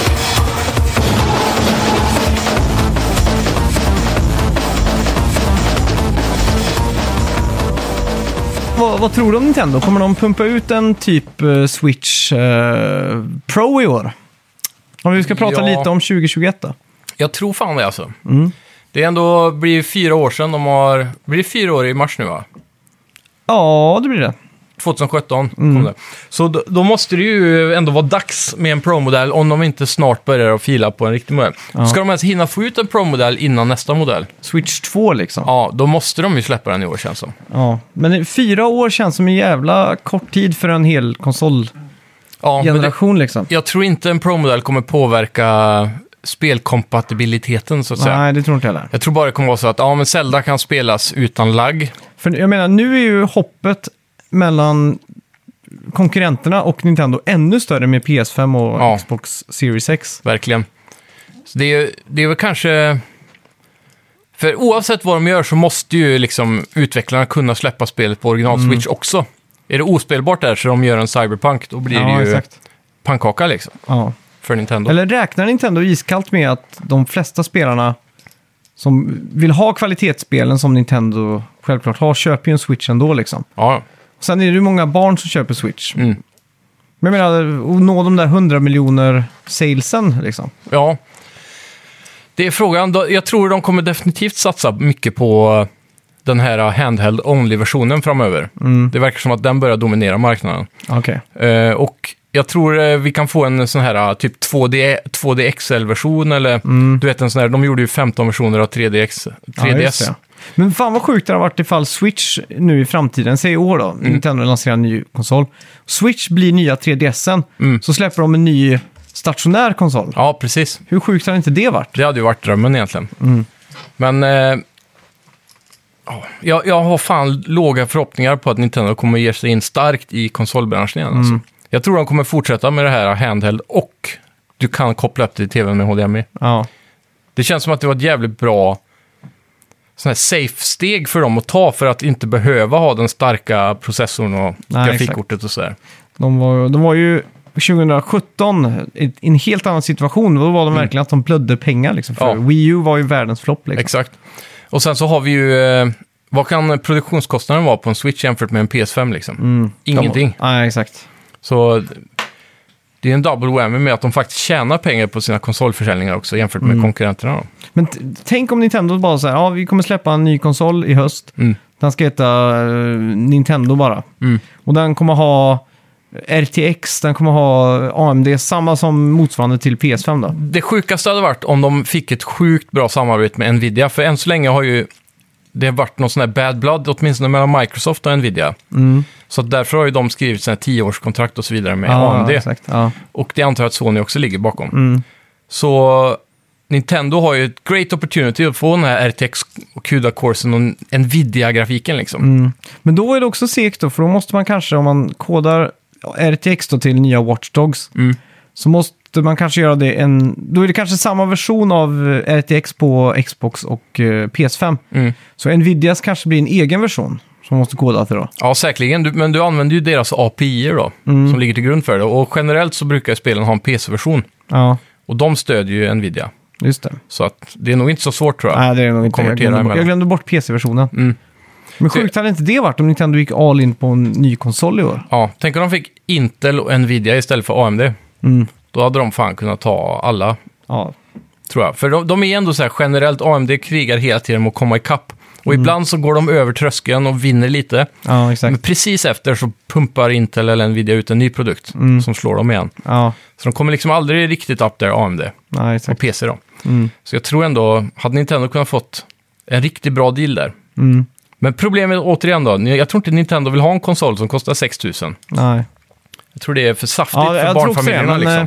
Vad tror du om Nintendo? Kommer de pumpa ut en typ Switch Pro i år? Om vi ska prata lite om 2021 då. Jag tror fan det alltså. Det är ändå, blir 4 år sedan blir det 4 år i mars nu va? Ja, det blir det. 2017 kom det. Så då måste det ju ändå vara dags med en Pro-modell om de inte snart börjar att fila på en riktig modell. Ska de ens hinna få ut en Pro-modell innan nästa modell? Switch 2 liksom. Ja, då måste de ju släppa den i år känns som. Ja, men 4 år känns som en jävla kort tid för en hel konsolgeneration Ja, liksom. jag tror inte en Pro-modell kommer påverka spelkompatibiliteten så att säga. Nej, det tror inte jag heller. Jag tror bara det kommer vara så att men Zelda kan spelas utan lagg. För jag menar, nu är ju hoppet mellan konkurrenterna och Nintendo ännu större med PS5 och Xbox Series X. Verkligen. Så det är väl kanske... För oavsett vad de gör så måste ju liksom utvecklarna kunna släppa spelet på original Switch också. Är det ospelbart där så de gör en Cyberpunk, då blir det ju exakt. pannkaka liksom. Ja. För Nintendo. Eller räknar Nintendo iskallt med att de flesta spelarna som vill ha kvalitetsspelen som Nintendo självklart har, köper ju en Switch ändå liksom. Ja. Sen är det ju många barn som köper Switch. Men jag menar, att nå de där 100 miljoner salesen liksom. Ja. Det är frågan. Jag tror de kommer definitivt satsa mycket på den här handheld only-versionen framöver. Det verkar som att den börjar dominera marknaden. Okej. Och jag tror vi kan få en sån här typ 2D XL-version eller du vet en sån här, de gjorde ju 15 versioner av 3DS. Ja, just det. Men fan vad sjukt det har varit ifall Switch nu i framtiden, säg i år då, Nintendo lanserar en ny konsol. Switch blir nya 3DSen, så släpper de en ny stationär konsol. Ja, precis. Hur sjukt har inte det varit? Det hade ju varit drömmen egentligen. Men jag har fan låga förhoppningar på att Nintendo kommer ge sig in starkt i konsolbranschen igen. Alltså. Jag tror de kommer fortsätta med det här handheld och du kan koppla upp det till tvn med HDMI. Ja. Det känns som att det var ett jävligt bra sån här safe-steg för dem att ta för att inte behöva ha den starka processorn och grafikkortet och sådär. De var ju 2017 i en helt annan situation. Då var de verkligen att de blödde pengar. Liksom, för Wii U var ju världens flopp. Liksom. Exakt. Och sen så har vi ju... vad kan produktionskostnaden vara på en Switch jämfört med en PS5? Liksom? Ingenting. Nej, exakt. Så det är en double whammy med att de faktiskt tjänar pengar på sina konsolförsäljningar också jämfört med konkurrenterna. Då. Men tänk om Nintendo bara säger vi kommer släppa en ny konsol i höst. Den ska heta Nintendo bara. Och den kommer ha RTX, den kommer ha AMD, samma som motsvarande till PS5 då. Det sjukaste hade varit om de fick ett sjukt bra samarbete med Nvidia. För än så länge har ju det varit någon sån här bad blood, åtminstone mellan Microsoft och Nvidia. Så därför har ju de skrivit såna här 10-årskontrakt och så vidare med AMD. Exakt, ja. Och det antar jag att Sony också ligger bakom. Så Nintendo har ju ett great opportunity att få den här RTX och CUDA-corsen och Nvidia-grafiken liksom. Men då är det också segt då, för då måste man kanske, om man kodar RTX då till nya Watch Dogs, så måste man kanske göra det då är det kanske samma version av RTX på Xbox och PS5. Så Nvidias kanske blir en egen version som måste koda till då. Ja, säkerligen. Men du använder ju deras API då, som ligger till grund för det. Och generellt så brukar spelen ha en PC-version. Ja. Och de stödjer ju Nvidia. Just det. Så att det är nog inte så svårt, tror jag. Nej, det är nog inte. Jag glömde bort PC-versionen. Men sjukt hade inte det varit om Nintendo gick all in på en ny konsol i år. Ja, tänk om de fick Intel och Nvidia istället för AMD. Då hade de fan kunnat ta alla, tror jag. För de är ändå så här generellt, AMD krigar hela tiden om att komma ikapp. Och ibland så går de över tröskeln och vinner lite. Ja, exakt. Men precis efter så pumpar Intel eller Nvidia ut en ny produkt som slår dem igen. Ja. Så de kommer liksom aldrig riktigt upp där, AMD. Ja, exakt. Och PC då. Så jag tror ändå, hade Nintendo kunnat fått en riktigt bra deal där. Men problemet återigen då, jag tror inte Nintendo vill ha en konsol som kostar 6 000. Nej. Jag tror det är för saftigt för barnfamiljerna liksom.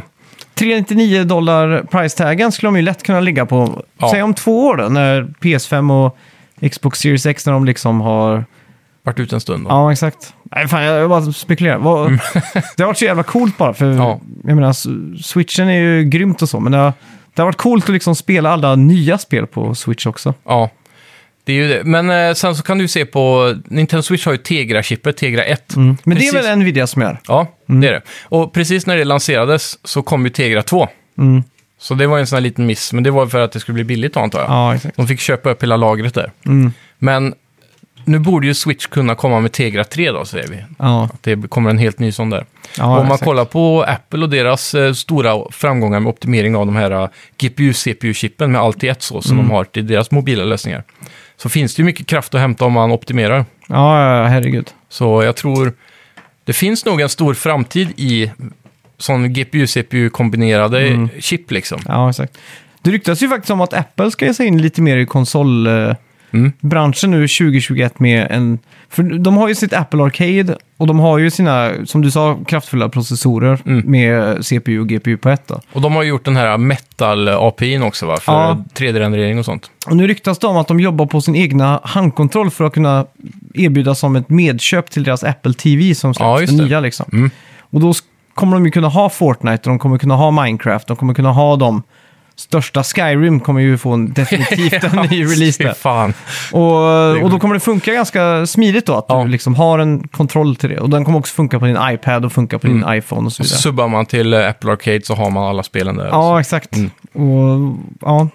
$399 price-taggen skulle de ju lätt kunna ligga på. Säg om 2 år då, när PS5 och Xbox Series X, när de liksom har varit ute en stund då. Ja, exakt. Nej, fan, jag bara spekulerar. Det har varit så jävla coolt bara, för jag menar, Switchen är ju grymt och så, men det har varit coolt att liksom spela alla nya spel på Switch också. Ja, det är ju det. Men sen så kan du se på Nintendo Switch har ju Tegra-chippet, Tegra 1. Men precis. Det är väl Nvidia som gör? Ja, det är det. Och precis när det lanserades så kom ju Tegra 2. Så det var en sån här liten miss, men det var för att det skulle bli billigt då, antar jag. Ja, exakt. De fick köpa upp hela lagret där. Men nu borde ju Switch kunna komma med Tegra 3 då, säger vi. Ja. Att det kommer en helt ny sån där. Ja, och om man kollar på Apple och deras stora framgångar med optimering av de här GPU-CPU-chippen med allt i ett så som de har till deras mobila lösningar, så finns det ju mycket kraft att hämta om man optimerar. Ja, herregud. Så jag tror det finns nog en stor framtid i sån GPU-CPU-kombinerade chip liksom. Ja, exakt. Det ryktas ju faktiskt om att Apple ska ge sig in lite mer i konsolbranschen nu 2021 med en... För de har ju sitt Apple Arcade och de har ju sina, som du sa, kraftfulla processorer med CPU och GPU på ett då. Och de har ju gjort den här Metal-API:n också, va? För 3D-rendering och sånt. Och nu ryktas det om att de jobbar på sin egna handkontroll för att kunna erbjuda som ett medköp till deras Apple TV som släpps, det nya liksom. Och då kommer de ju kunna ha Fortnite, och de kommer kunna ha Minecraft, de kommer kunna ha de största. Skyrim kommer ju få definitivt en ny release där. Fan. Och då kommer det funka ganska smidigt då, att du liksom har en kontroll till det. Och den kommer också funka på din iPad och funka på din iPhone och så vidare. Och subbar man till Apple Arcade så har man alla spelen där. Ja, exakt. Och ja,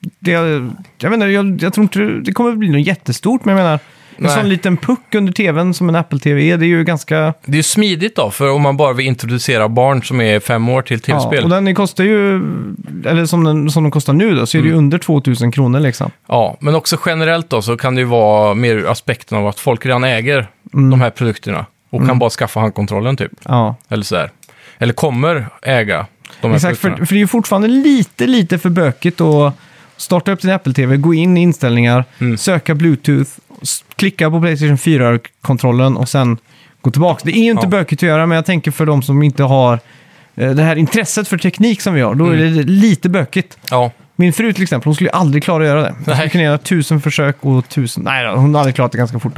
jag menar, jag tror inte det kommer bli något jättestort, men jag menar, en sån liten puck under tvn som en Apple-TV är, det är ju ganska... Det är ju smidigt då, för om man bara vill introducera barn som är 5 år till tv-spel. Ja, och den kostar ju, eller som den kostar nu då, så är det ju under 2000 kronor liksom. Ja, men också generellt då så kan det ju vara mer aspekten av att folk redan äger de här produkterna och kan bara skaffa handkontrollen typ. Ja. Eller sådär. Eller kommer äga de här produkterna. För det är ju fortfarande lite för bökigt att starta upp din Apple-TV, gå in i inställningar, söka Bluetooth, klicka på PlayStation 4-kontrollen och sen gå tillbaka. Det är ju inte bökigt att göra, men jag tänker för de som inte har det här intresset för teknik som vi har, då är det lite bökigt. Ja. Min fru till exempel, hon skulle aldrig klara att göra det. Hon skulle göra 1000 försök och 1000... Nej, hon hade klarat det ganska fort.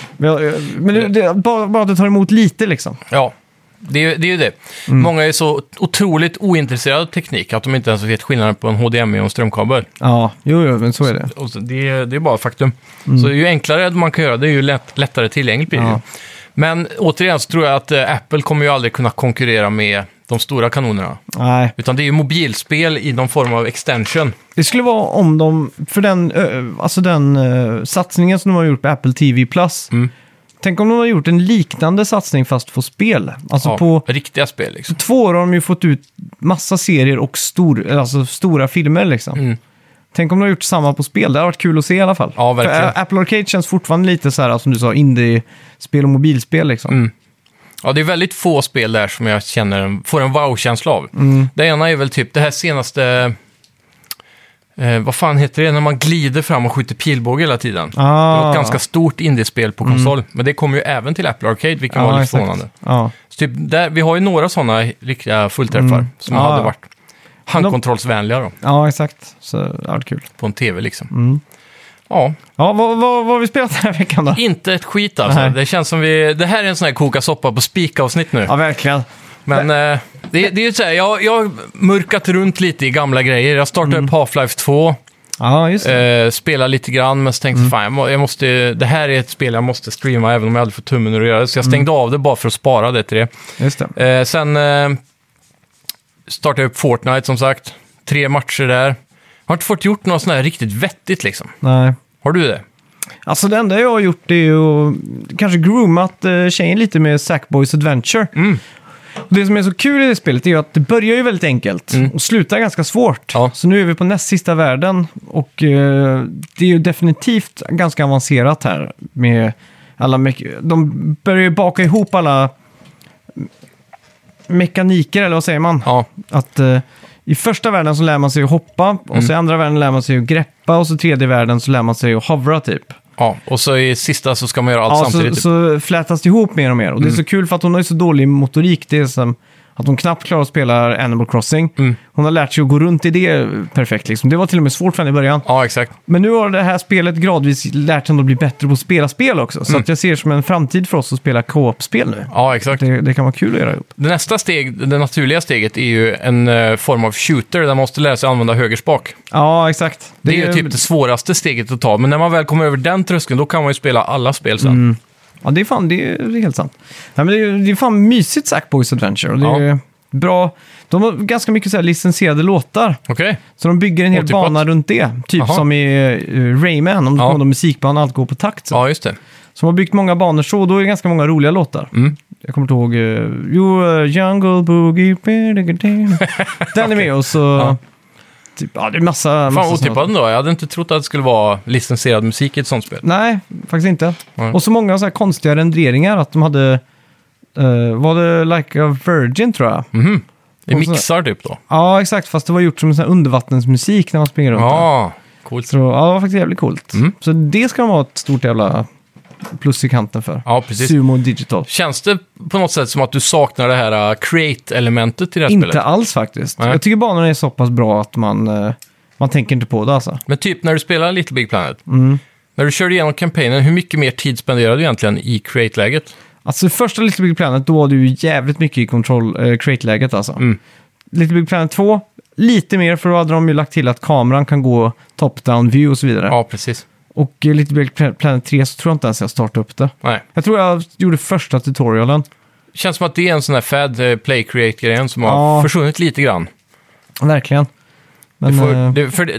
Men bara att det tar emot lite liksom. Ja. Det är ju det. Många är så otroligt ointresserade av teknik att de inte ens vet skillnaden på en HDMI och en strömkabel. Ja, jo, men så är det. Det är bara faktum. Så ju enklare man kan göra det, är ju lättare tillgängligt blir det. Ja. Men återigen så tror jag att Apple kommer ju aldrig kunna konkurrera med de stora kanonerna. Nej. Utan det är ju mobilspel i någon form av extension. Det skulle vara om de, för den satsningen som de har gjort på Apple TV+. Tänk om de har gjort en liknande satsning fast på spel. Alltså på riktiga spel liksom. 2 år har de ju fått ut massa serier och stora filmer liksom. Tänk om de har gjort samma på spel. Det har varit kul att se i alla fall. Ja, verkligen. För Apple Arcade känns fortfarande lite så här, som du sa, indie-spel och mobilspel liksom. Ja, det är väldigt få spel där som jag får en wow-känsla av. Det ena är väl typ det här senaste... vad fan heter det när man glider fram och skjuter pilbåge hela tiden? Det var ett ganska stort indiespel på konsol. Men det kommer ju även till Apple Arcade, vilket var lite förvånande. Så typ vi har ju några sådana riktiga fullträffar som hade varit handkontrollsvänliga då. Ja, exakt. Så det har varit kul. På en tv liksom. Ja. Ja, vad har vi spelat den här veckan då? Inte ett skit alltså. Nej. Det känns som det här är en sån här koka soppa på spikavsnitt nu. Ja, verkligen. Men det är ju så här, jag har mörkat runt lite i gamla grejer. Jag startade upp Half-Life 2. Ja, just det. Spela lite grann, men så tänkte fan, jag måste, det här är ett spel jag måste streama även om jag aldrig får tummen ur att göra det. Så jag stängde av det bara för att spara det till det. Just det. Sen startade jag upp Fortnite som sagt. 3 matcher där. Jag har inte fått gjort något sånt här riktigt vettigt liksom. Nej. Har du det? Alltså det enda jag har gjort är ju kanske groomat tjejen lite med Sackboys Adventure. Och det som är så kul i det spelet är ju att det börjar ju väldigt enkelt och slutar ganska svårt. Ja. Så nu är vi på näst sista världen och det är ju definitivt ganska avancerat här med alla de börjar ju baka ihop alla mekaniker, eller vad säger man? Ja. Att i första världen så lär man sig att hoppa och så i andra världen lär man sig att greppa och så i tredje världen så lär man sig att hovra typ. Ja, och så i sista så ska man göra allt samtidigt. Så flätas det ihop mer och mer. Och det är så kul för att hon har ju så dålig motorik. Det är som att hon knappt klarar att spela Animal Crossing. Hon har lärt sig att gå runt i det perfekt. Liksom. Det var till och med svårt för henne i början. Ja, exakt. Men nu har det här spelet gradvis lärt henne att bli bättre på att spela spel också. Så att jag ser det som en framtid för oss att spela co-op-spel nu. Ja, exakt. Det kan vara kul att göra ihop. Det nästa steg, det naturliga steget, är ju en form av shooter där man måste lära sig använda högerspak. Ja, exakt. Det är ju typ det svåraste steget att ta. Men när man väl kommer över den tröskeln, då kan man ju spela alla spel sen. Ja, det är helt sant. Nej, men det är fan mysigt Sackboys Adventure. Och det är bra. De har ganska mycket så här licensierade låtar. Okej. Så de bygger en hel bana runt det. Typ som i Rayman, om du kommer musikbanan, allt går på takt. Så. Ja, just det. Så de har byggt många banor så, och då är det ganska många roliga låtar. Jag kommer inte ihåg Jungle Boogie. Den är med och så... Typ, det är massa otippat ändå. Jag hade inte trott att det skulle vara licensierad musik i ett sånt spel. Nej, faktiskt inte. Och så många så här konstiga renderingar att de hade... var det Like a Virgin, tror jag. Det mixar typ då? Ja, exakt. Fast det var gjort som en sån här undervattensmusik när man springer runt. Ja, coolt. Så, ja, det var faktiskt jävligt coolt. Så det ska de ha ett stort jävla plus i kanten för. Ja, precis. Sumo Digital. Känns det på något sätt som att du saknar det här create-elementet i det här spelet? Inte alls faktiskt. Nej. Jag tycker banorna är så pass bra att man tänker inte på det alltså. Men typ när du spelar Little Big Planet, när du körde igenom kampanjen, hur mycket mer tid spenderade du egentligen i create-läget? Alltså första Little Big Planet, då var du jävligt mycket i create-läget alltså. Little Big Planet 2, lite mer, för då hade de ju lagt till att kameran kan gå top-down view och så vidare. Ja, precis. Och Little Big Planet 3 så tror jag inte ens jag startade upp det. Nej. Jag tror jag gjorde första tutorialen. Känns som att det är en sån här fad play create-grejen som har försvunnit lite grann. Verkligen. Men,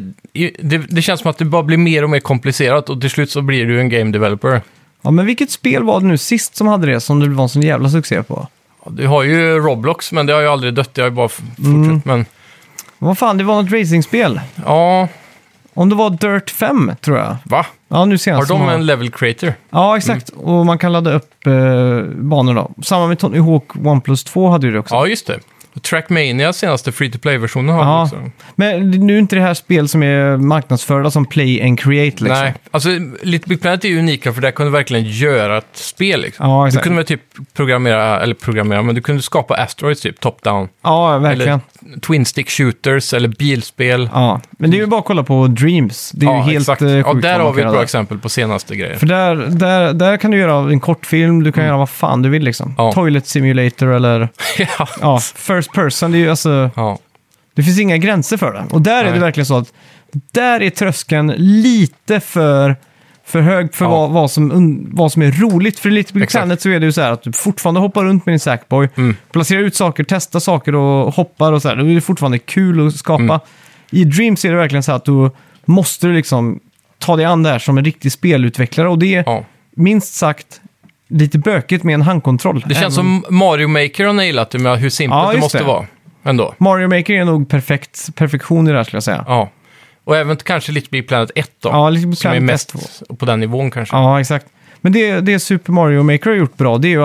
det känns som att det bara blir mer och mer komplicerat och till slut så blir du en game developer. Ja, men vilket spel var det nu sist som hade det som det var en sån jävla succé på? Ja, du har ju Roblox, men det har ju aldrig dött. Det har ju bara fortsatt. Men... Vad fan, det var något racingspel. Ja. Om det var Dirt 5, tror jag. Va? Ja, nu senast. Har de en level creator? Ja, exakt. Och man kan ladda upp banor då. Samma med Tony Hawk OnePlus 2 hade ju det också. Ja, just det. Trackmania, senaste free-to-play-versionen, har de också. Men nu är inte det här spel som är marknadsförda som Play and Create liksom. Nej, alltså Little Big Planet är ju unika för där kunde du verkligen göra ett spel liksom. Ja, exakt. Du kunde väl typ programmera, men du kunde skapa asteroids typ, top-down. Ja, verkligen. Eller twin-stick shooters, eller bilspel. Ja, men det är ju bara att kolla på Dreams. Det är ju helt exakt. sjukt. Ja, där har vi ett bra exempel på senaste grejer. För där kan du göra en kortfilm, du kan göra vad fan du vill liksom. Ja. Toilet Simulator eller first person. Det är ju alltså... Ja. Det finns inga gränser för det. Och där är det verkligen så att där är tröskeln lite för hög för vad som är roligt. För i Little Big Planet så är det ju så här att du fortfarande hoppar runt med din Sackboy, placerar ut saker, testar saker och hoppar och så här. Då är det fortfarande kul att skapa. I Dreams är det verkligen så att du måste liksom ta dig an det här som en riktig spelutvecklare. Och det är minst sagt lite bökigt med en handkontroll. Det känns som Mario Maker har nailat det med hur simpelt det måste vara. Ändå. Mario Maker är nog perfektion i det här, skulle jag säga. Ja. Och även kanske Little Big Planet 1 då. Ja, Little Big Planet som är mest 1. På den nivån kanske. Ja, exakt. Men det Super Mario Maker har gjort bra, det är ju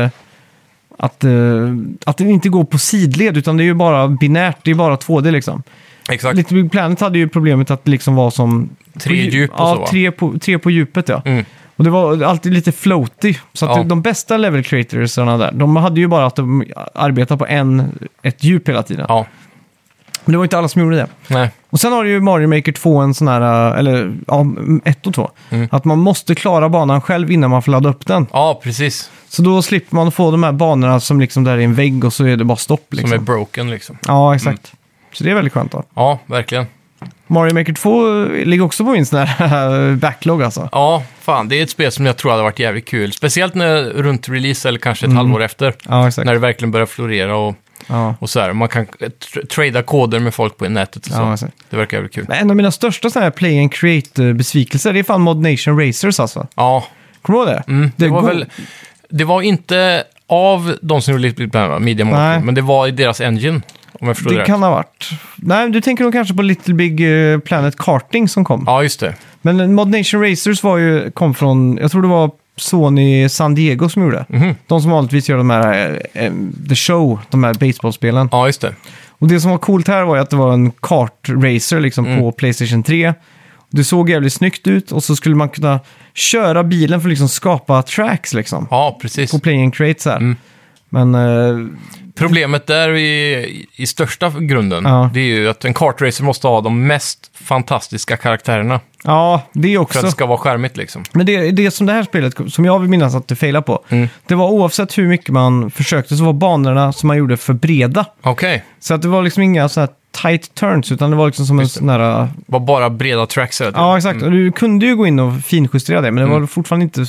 att det inte går på sidled, utan det är ju bara binärt, det är bara 2D liksom. Exakt. Little Big Planet hade ju problemet att det liksom var som... 3 djup och så, va? 3 på djupet, ja. Och det var alltid lite floaty. Så att de bästa level creatorsarna där, de hade ju bara att de arbetade på ett djup hela tiden. Ja. Men det var inte alla som gjorde det. Nej. Och sen har ju Mario Maker 2 en sån här, eller ja, 1 och 2. Att man måste klara banan själv innan man får ladda upp den. Ja, precis. Så då slipper man få de här banorna som liksom där är en vägg och så är det bara stopp. Liksom. Som är broken liksom. Ja, exakt. Så det är väldigt skönt då. Ja, verkligen. Mario Maker 2 ligger också på min sån här backlog alltså. Ja, fan. Det är ett spel som jag tror hade varit jävligt kul. Speciellt när runt release eller kanske ett halvår efter. Ja, exakt. När det verkligen börjar florera och så här. Man kan trada koder med folk på nätet och så. Ja, exakt. Det verkar jävligt kul. Men en av mina största såna här play and create-besvikelser, det är fan Mod Nation Racers alltså. Ja. Kommer du ihåg det? Det var väl... Det var inte av de som gjorde Little Media Market, men det var i deras engine, om jag förstår det rätt. Det kan ha varit. Nej, du tänker nog kanske på Little Big Planet Karting som kom. Ja, just det. Men Mod Nation Racers kom från, jag tror det var Sony San Diego som gjorde. De som vanligtvis gör de här The Show, de här baseballspelen. Ja, just det. Och det som var coolt här var ju att det var en kartracer liksom på PlayStation 3. Det såg jävligt snyggt ut och så skulle man kunna köra bilen för att liksom skapa tracks liksom. Ja, precis. På Play and Create så här. Men... Problemet där i största grunden, det är ju att en kartracer måste ha de mest fantastiska karaktärerna. Ja, det är också. För att det ska vara skärmigt liksom. Men det som det här spelet, som jag vill minnas att det failade på, det var oavsett hur mycket man försökte så var banorna som man gjorde för breda. Okej. Så att det var liksom inga så här tight turns, utan det var liksom som en sån här... Det var bara breda tracks. Ja, exakt. Och du kunde ju gå in och finjustera det, men det var fortfarande inte...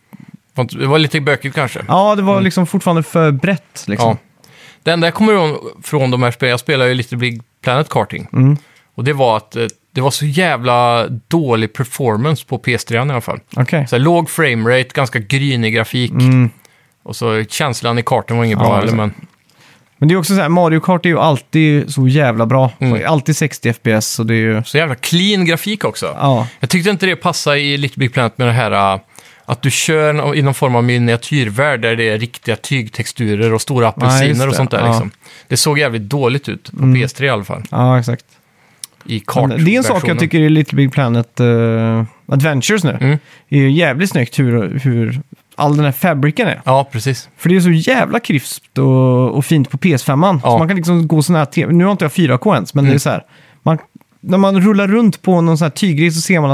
Det var lite bökigt kanske. Ja, det var liksom fortfarande för brett liksom. Ja. Det enda jag kommer ihåg från de här spelen, jag spelar ju lite Big Planet Karting. Och det var att det var så jävla dålig performance på PS3 i alla fall. Okay. Så här, låg framerate, ganska grynig grafik. Och så känslan i kartan var inget bra heller, Men det är också så här, Mario Kart är ju alltid så jävla bra. Alltid 60 FPS och det är ju... Så jävla clean grafik också. Ja. Jag tyckte inte det passade i Little Big Planet med det här... Att du kör i någon form av miniatyrvärld där det är riktiga tygtexturer och stora apelsiner och sånt där. Liksom. Det såg jävligt dåligt ut på PS3 i alla fall. Ja, exakt. I kartversionen. Det är en sak jag tycker i Little Big Planet Adventures nu. Det är ju jävligt snyggt hur all den här fabriken är. Ja, precis. För det är så jävla krispt och fint på PS5. Så man kan liksom gå sån här... Nu har inte jag 4K ens, men det är så här... När man rullar runt på någon sån här tygrej så ser man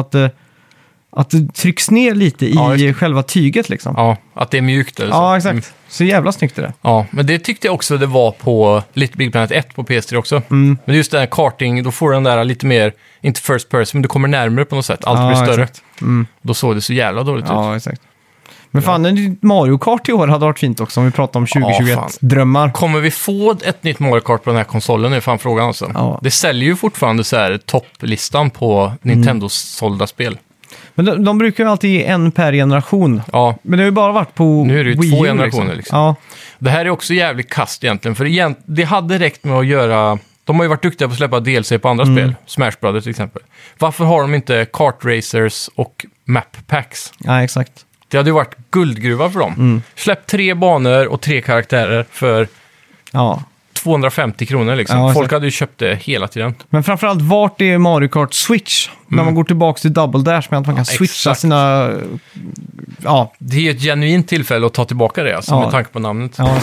att det trycks ner lite i själva tyget liksom. Ja, att det är mjukt eller så. Ja, exakt. Så jävla snyggt är det. Ja, men det tyckte jag också det var på Little Big Planet 1 på PS3 också. Men just den här karting, då får du den där lite mer, inte first person, men du kommer närmare på något sätt. Allt blir större. Då såg det så jävla dåligt ut. Ja, exakt. Men fan, en Mario Kart i år hade varit fint också om vi pratar om 2021-drömmar. Kommer vi få ett nytt Mario Kart på den här konsolen är fan frågan alltså. Ja. Det säljer ju fortfarande så här topplistan på Nintendos sålda spel. Men de brukar ju alltid ge en per generation. Ja. Men det har ju bara varit på nu är det ju Wii 2 generationer liksom. Ja. Det här är också jävligt kast egentligen. För det hade räckt med att göra... De har ju varit duktiga på att släppa DLC på andra spel. Smash Brothers till exempel. Varför har de inte kart racers och map packs? Ja, exakt. Det hade ju varit guldgruva för dem. Släpp 3 banor och 3 karaktärer för 250 kronor liksom. Ja, folk hade ju köpt det hela tiden. Men framförallt, vart är Mario Kart Switch? När man går tillbaka till Double Dash med att man kan switcha sina... Ja. Det är ju ett genuint tillfälle att ta tillbaka det alltså, med tanke på namnet. Ja,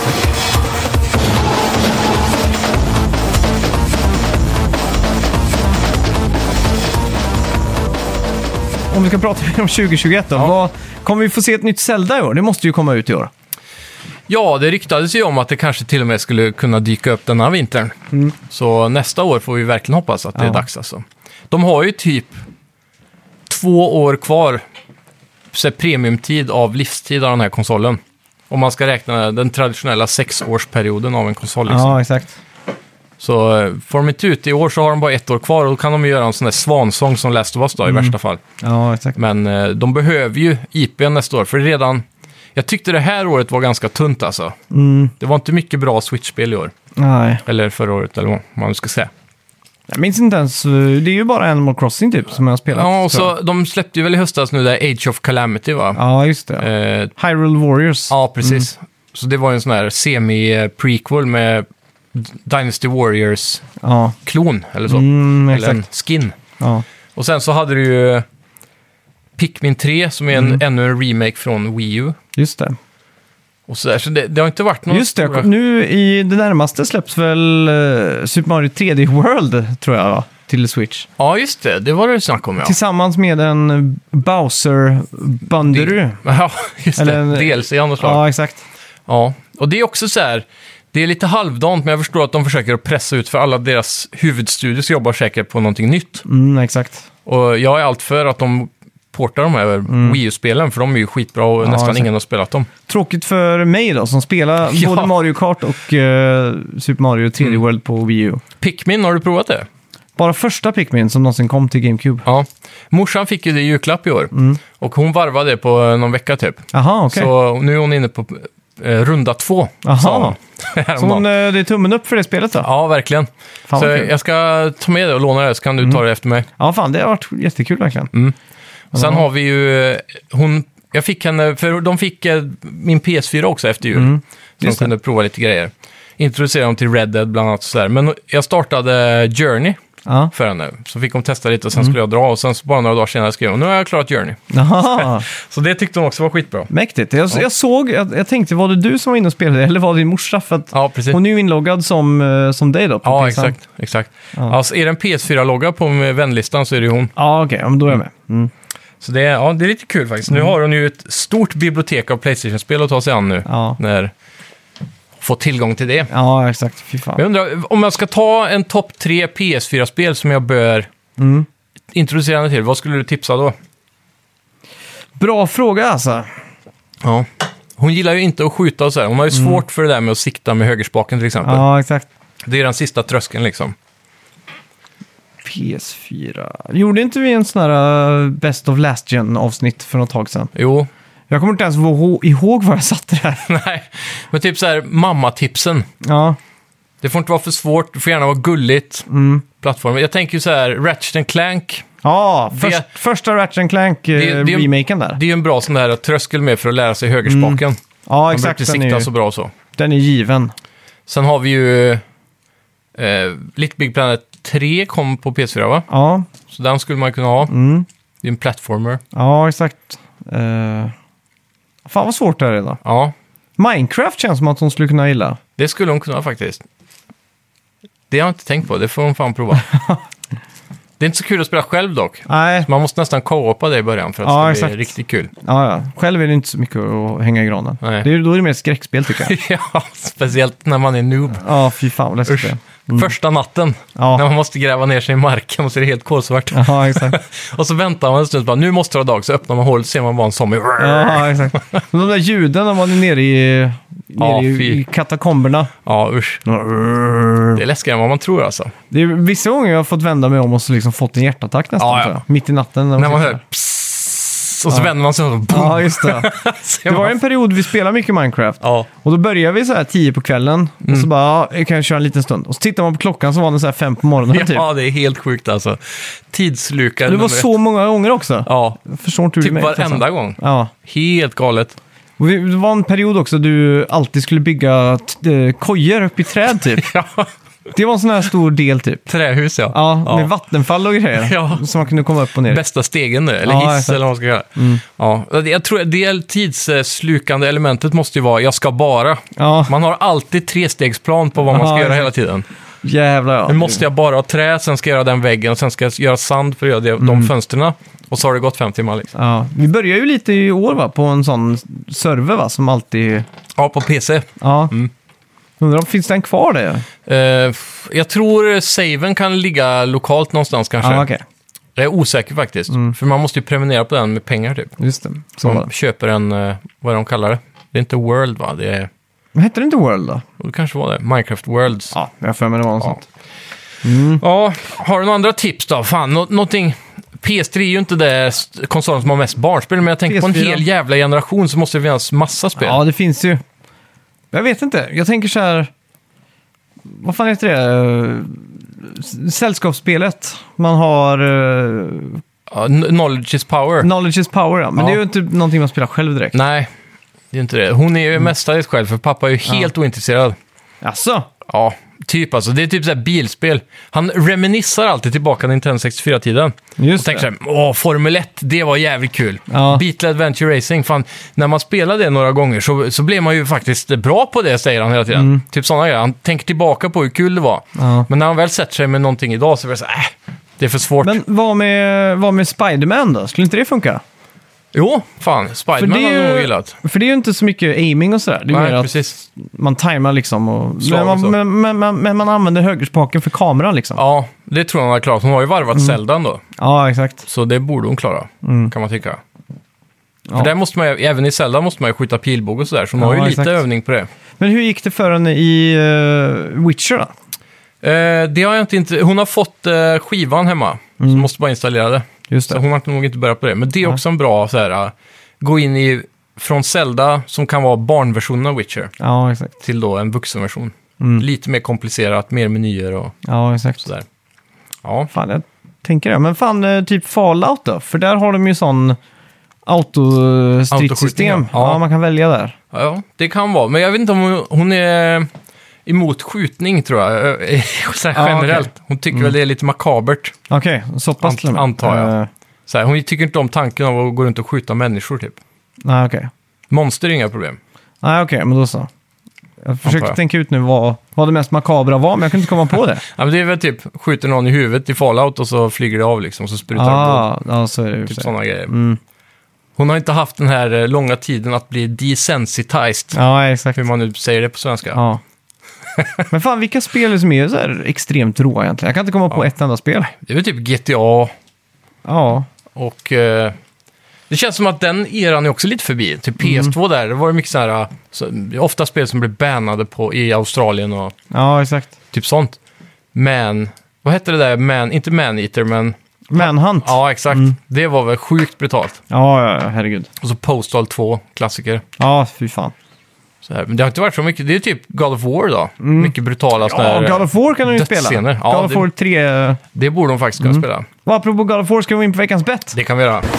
om vi ska prata om 2021 då. Kommer vi få se ett nytt Zelda i år? Det måste ju komma ut i år. Ja, det ryktades ju om att det kanske till och med skulle kunna dyka upp denna vintern. Så nästa år får vi verkligen hoppas att det är dags alltså. De har ju typ 2 år kvar premiumtid av livstid av den här konsolen. Om man ska räkna den traditionella 6-årsperioden av en konsol. Liksom. Ja, exakt. Så får de inte ut i år så har de bara 1 år kvar och då kan de ju göra en sån där svansång som Last of Us då, i värsta fall. Ja, exakt. Men de behöver ju IP nästa år, för redan... Jag tyckte det här året var ganska tunt alltså. Det var inte mycket bra Switch-spel i år. Nej. Eller förra året, eller vad man ska säga. Jag minns inte ens, det är ju bara Animal Crossing typ som jag har spelat. Ja, och så de släppte ju väl i höstas nu där Age of Calamity va? Ja, just det. Hyrule Warriors. Ja, precis. Så det var ju en sån här semi-prequel med Dynasty Warriors-klon eller så. Eller en skin. Ja. Och sen så hade du ju Pikmin 3 som är ännu en remake från Wii U. Just det. Och så där. Så det har inte varit någon... Just det, nu i det närmaste släpps väl Super Mario 3D World, tror jag, va? Till Switch. Ja, just det. Det var det snack om, ja. Tillsammans med en Bowser-Bunderu. Ja, just det. DLC i andra slag. Ja, exakt. Ja, och det är också så här... Det är lite halvdant, men jag förstår att de försöker att pressa ut, för alla deras huvudstudios jobbar säkert på någonting nytt. Exakt. Och jag är allt för att de portar de här Wii U-spelen, för de är ju skitbra och nästan exakt. Ingen har spelat dem. Tråkigt för mig då, som spelar både Mario Kart och Super Mario 3D World på Wii U. Pikmin, har du provat det? Bara första Pikmin som någonsin kom till GameCube. Ja. Morsan fick ju det i julklapp i år. Och hon varvade det på någon vecka typ. Aha, okej. Så nu är hon inne på runda 2. Aha. Så det är tummen upp för det spelet då? Ja, verkligen. Fan, så okay. Jag ska ta med det och låna det, så kan du ta det efter mig. Ja, fan, det har varit jättekul verkligen. Sen har vi ju... Jag fick henne... För de fick min PS4 också efter jul. Så de kunde prova lite grejer. Introducera dem till Red Dead bland annat. Så där. Men jag startade Journey för henne. Så fick hon testa lite och sen skulle jag dra. Och sen så bara några dagar senare skrev hon, nu har jag klarat Journey. Så det tyckte hon också var skitbra. Mäktigt. Jag tänkte, var det du som var inne och spelade eller var det din morsa? För att precis. Hon är ju inloggad som dig då. Ja, exakt. Ja. Alltså, är det en PS4-logga på vänlistan så är det ju hon. Ja, okej. Då är jag med. Så det är lite kul faktiskt. Nu har hon ju ett stort bibliotek av PlayStation-spel att ta sig an nu. När få tillgång till det. Ja, exakt. Fy fan. Jag undrar, om jag ska ta en topp 3 PS4-spel som jag bör introducera henne till, vad skulle du tipsa då? Bra fråga alltså. Ja. Hon gillar ju inte att skjuta och så här. Hon har ju svårt för det där med att sikta med högerspaken till exempel. Ja, exakt. Det är den sista tröskeln liksom. PS4. Gjorde inte vi en sån här Best of Last Gen-avsnitt för något tag sedan? Jo. Jag kommer inte ens ihåg vad jag satte där. Nej, men typ så här mammatipsen. Ja. Det får inte vara för svårt, det får gärna vara gulligt. Plattformen. Jag tänker ju så här, Ratchet & Clank. Ja, första Ratchet & Clank-remaken där. Det är ju en bra sån där tröskel med för att lära sig högerspaken. Ja, exakt. Man brukar sikta så bra så. Den är given. Sen har vi ju Little Big Planet 3 kom på PS4, va? Ja. Så den skulle man kunna ha. Det är en platformer. Ja, exakt. Fan vad svårt det är då. Ja. Minecraft känns som att hon skulle kunna gilla. Det skulle hon kunna faktiskt. Det har jag inte tänkt på, det får hon fan prova. Det är inte så kul att spela själv dock. Nej. Så man måste nästan co-opa det i början för att det ska bli riktigt kul. Ja. Själv är det inte så mycket att hänga i granen. Nej. Då är det mer skräckspel tycker jag. Ja, speciellt när man är noob. Ja, fy fan vad läskigt det är. Första natten, när man måste gräva ner sig i marken och så är det helt kolsvart. Ja, exakt. Och så väntar man en stund, bara, nu måste det vara dag, så öppnar man hålet och ser man bara en zombie. Ja, exakt. Men de där ljuden när man är nere i katakomberna. Ja, usch. Det är läskigare än vad man tror alltså. Det är vissa gånger jag har fått vända mig om och så liksom fått en hjärtattack nästan. Ja. Mitt i natten. När man hör och så vänder man sig och ja, just det. Det var en period vi spelade mycket Minecraft. Ja. Och då började vi så här 10 på kvällen. Och så bara, jag kan köra en liten stund. Och så tittar man på klockan så var den så här 5 på morgonen typ. Ja, det är helt sjukt alltså. Tidslukare. Det var så många gånger också. Ja. Jag förstår inte hur typ det märktes. varenda gång. Ja. Helt galet. Och det var en period också du alltid skulle bygga kojor upp i träd typ. Ja. Det var en sån här stor del typ. Trähus, ja. Ja, med vattenfall och grejer. Ja. Så man kunde komma upp och ner. Bästa stegen nu, eller hiss eller vad man ska kalla det. Ja. Jag tror att det tidsslukande elementet måste ju vara, jag ska bara. Ja. Man har alltid 3-stegsplan på vad man ska göra hela tiden. Jävlar ja. Nu måste jag bara ha trä, sen ska jag göra den väggen och sen ska jag göra sand för att göra de fönsterna. Och så har det gått 5 timmar liksom. Ja. Vi börjar ju lite i år va, på en sån server va, som alltid... Ja, på PC. Ja. Undrar om finns den kvar det? Jag tror saven kan ligga lokalt någonstans kanske. Ja, okay. Jag är osäker faktiskt. För man måste ju prenumerera på den med pengar typ. Just det. Så man köper en, vad är de kallar det? Det är inte World va? Det är... Men hette det inte World då? Det kanske var det. Minecraft Worlds. Ja, jag för mig det var något sånt. Ja, har du några andra tips då? Fan, någonting... PS3 är ju inte det konsolen som har mest barnspel, men jag tänker PS4. På en hel jävla generation så måste det finnas massa spel. Ja, det finns ju. Jag vet inte. Jag tänker så här... Vad fan heter det? Sällskapsspelet. Man har... Knowledge is power. Knowledge is power, ja. Men det är ju inte någonting man spelar själv direkt. Nej, det är inte det. Hon är ju mestadels själv, för pappa är ju helt ointresserad. Jaså? Ja, typ alltså. Det är typ så här bilspel. Han reminissar alltid tillbaka Nintendo 64-tiden. Just och tänker så här, Formel 1, det var jävligt kul. Ja. Beatle Adventure Racing, fan, när man spelar det några gånger så blir man ju faktiskt bra på det, säger han hela tiden. Typ sådana grejer. Han tänker tillbaka på hur kul det var. Ja. Men när han väl sätter sig med någonting idag så är det så här, det är för svårt. Men vad med Spider-Man då? Skulle inte det funka? Jo, fan. Spider-Man har jag nog gillat. För det är ju inte så mycket aiming och sådär. Det är mer precis. Att man tajmar liksom. Men man använder högerspaken för kameran liksom. Ja, det tror jag hon har klarat. Hon har ju varvat Zelda då. Ja, exakt. Så det borde hon klara, kan man tycka. För där måste man ju, även i Zelda måste man ju skjuta pilbåge och sådär. Så hon har ju lite övning på det. Men hur gick det för henne i Witcher då? Det har jag inte... Hon har fått skivan hemma. Så måste bara installera det. Just det. Så hon har nog inte börjat på det. Men det är också en bra så här, gå in i från Zelda, som kan vara barnversionen av Witcher, exakt, till då en vuxenversion. Lite mer komplicerat, mer menyer och exakt. Sådär. Ja. Fan, jag tänker det. Men fan, typ Fallout då? För där har de ju sån autostridssystem. Ja, man kan välja där. Ja, det kan vara. Men jag vet inte om hon är emot skjutning, tror jag. Så här, generellt. Okay. Hon tycker väl det är lite makabert. Okej, så pass till antar jag. Så här, hon tycker inte om tanken av att gå runt och skjuta människor, typ. Nej, okej. Monster är inga problem. Nej, okej, men då så. Jag försökte tänka ut nu vad det mest makabra var, men jag kunde inte komma på det. Ja, men det är väl typ, skjuter någon i huvudet i Fallout och så flyger det av liksom, och så sprutar det blod. Ja, så är det. Typ sådana grejer. Hon har inte haft den här långa tiden att bli desensitized. Ja, exakt. Hur man nu säger det på svenska. Ja. Men fan, vilka spel som är så här extremt råa egentligen? Jag kan inte komma på ett enda spel. Det är väl typ GTA. Ja. Och det känns som att den eran är också lite förbi. Typ PS2 där, det var mycket så här, ofta spel som blev bannade i Australien och exakt. Typ sånt. Men, vad hette det där? Inte Man-Eater, men... Manhunt. Ja, exakt. Det var väl sjukt brutalt. Ja, herregud. Och så Postal 2, klassiker. Ja, fy fan. Så här. Men det har inte varit så mycket. Det är typ God of War då. Mycket brutala sådana här God of War kan du ju spela. God of War 3... Det borde de faktiskt kunna spela. Och apropå God of War ska vi in på veckans bett. Det kan vi göra.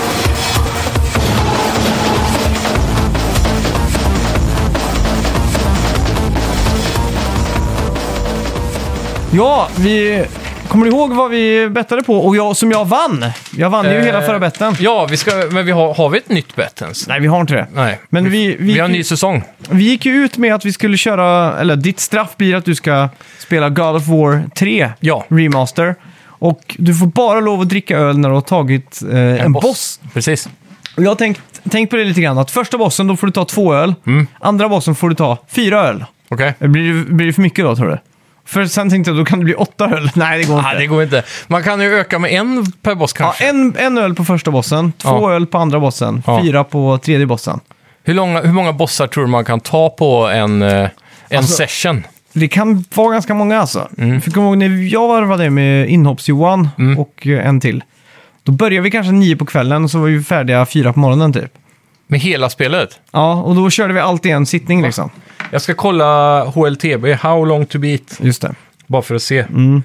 Ja, kommer du ihåg vad vi bettade på? Och jag vann. Jag vann ju hela förra betten. Ja, men har vi ett nytt bett ens? Nej, vi har inte det. Nej, men vi har en ny säsong. Vi gick ju ut med att vi skulle köra, eller ditt straff blir att du ska spela God of War 3 Remaster. Och du får bara lov att dricka öl när du har tagit en boss. Precis. Och jag har tänkt på det lite grann, att första bossen då får du ta 2 öl. Andra bossen får du ta 4 öl. Okej. Blir det för mycket då, tror du? För sen tänkte jag, då kan det bli 8 öl. Nej, det går inte. Det går inte. Man kan ju öka med 1 per boss kanske. Ja, en öl på första bossen, 2 öl på andra bossen, 4 på tredje bossen. Hur många bossar tror du man kan ta på en session? Det kan vara ganska många alltså. För kom ihåg när jag varvade med Inhopps-Johan och en till. Då började vi kanske 9 på kvällen och så var vi färdiga 4 på morgonen typ. Med hela spelet? Ja, och då körde vi alltid en sittning liksom. Jag ska kolla HLTB, How Long To Beat. Just det. Bara för att se.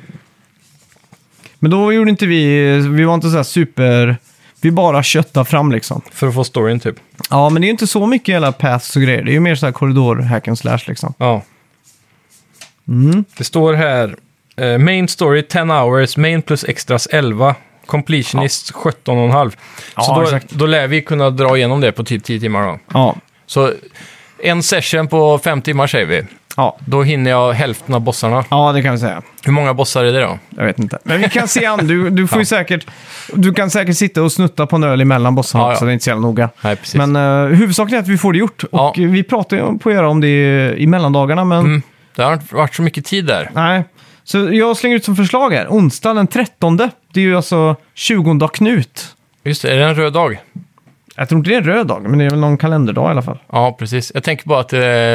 Men då gjorde inte vi var inte så här super... Vi bara köttade fram liksom. För att få storyn typ. Ja, men det är ju inte så mycket hela paths och grejer. Det är ju mer så här korridor, hack and slash liksom. Ja. Det står här, main story 10 hours, main plus extras 11, completionist 17,5. Så då lär vi kunna dra igenom det på typ 10 timmar då. Ja. Så en session på 5 timmar säger vi. Ja. Då hinner jag hälften av bossarna. Ja, det kan vi säga. Hur många bossar är det då? Jag vet inte. Men vi kan se an. Du får ju säkert... Du kan säkert sitta och snutta på en öl emellan bossarna också. Det är inte så jävla noga. Nej, precis. Men huvudsaken är att vi får det gjort. Och vi pratar ju på att göra om det i mellandagarna, men... Det har inte varit så mycket tid där. Nej. Så jag slänger ut som förslag här. Onsdag den 13. Det är ju alltså 20 Knut. Just det, är det en röd dag? Jag tror inte det är en röd dag, men det är väl någon kalenderdag i alla fall. Ja, precis. Jag tänker bara att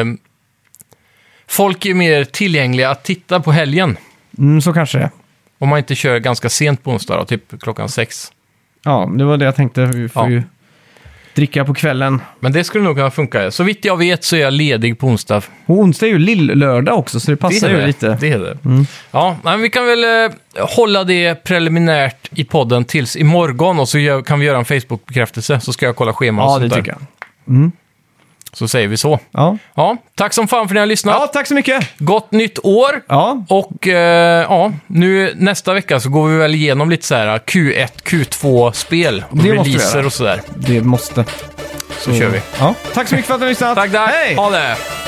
folk är mer tillgängliga att titta på helgen. Så kanske det. Om man inte kör ganska sent på onsdag då, typ klockan 6. Ja, det var det jag tänkte. Vi får ju dricka på kvällen. Men det skulle nog kunna funka. Så vitt jag vet så är jag ledig på onsdag. Och onsdag är ju lill-lördag också, så det passar ju lite. Det är det. Ja, men vi kan väl hålla det preliminärt i podden tills imorgon och så kan vi göra en Facebook-bekräftelse. Så ska jag kolla schema och sånt där. Ja, det tycker jag. Så säger vi så. Ja. Ja, tack som fan för att ni har lyssnat. Ja, tack så mycket. Gott nytt år. Ja. Och nu nästa vecka så går vi väl igenom lite så här Q1, Q2-spel. Och Det måste vi releaser göra. och sådär. Det måste. Så kör vi. Ja. Tack så mycket för att ni har lyssnat. Tack där. Hej! Ha det!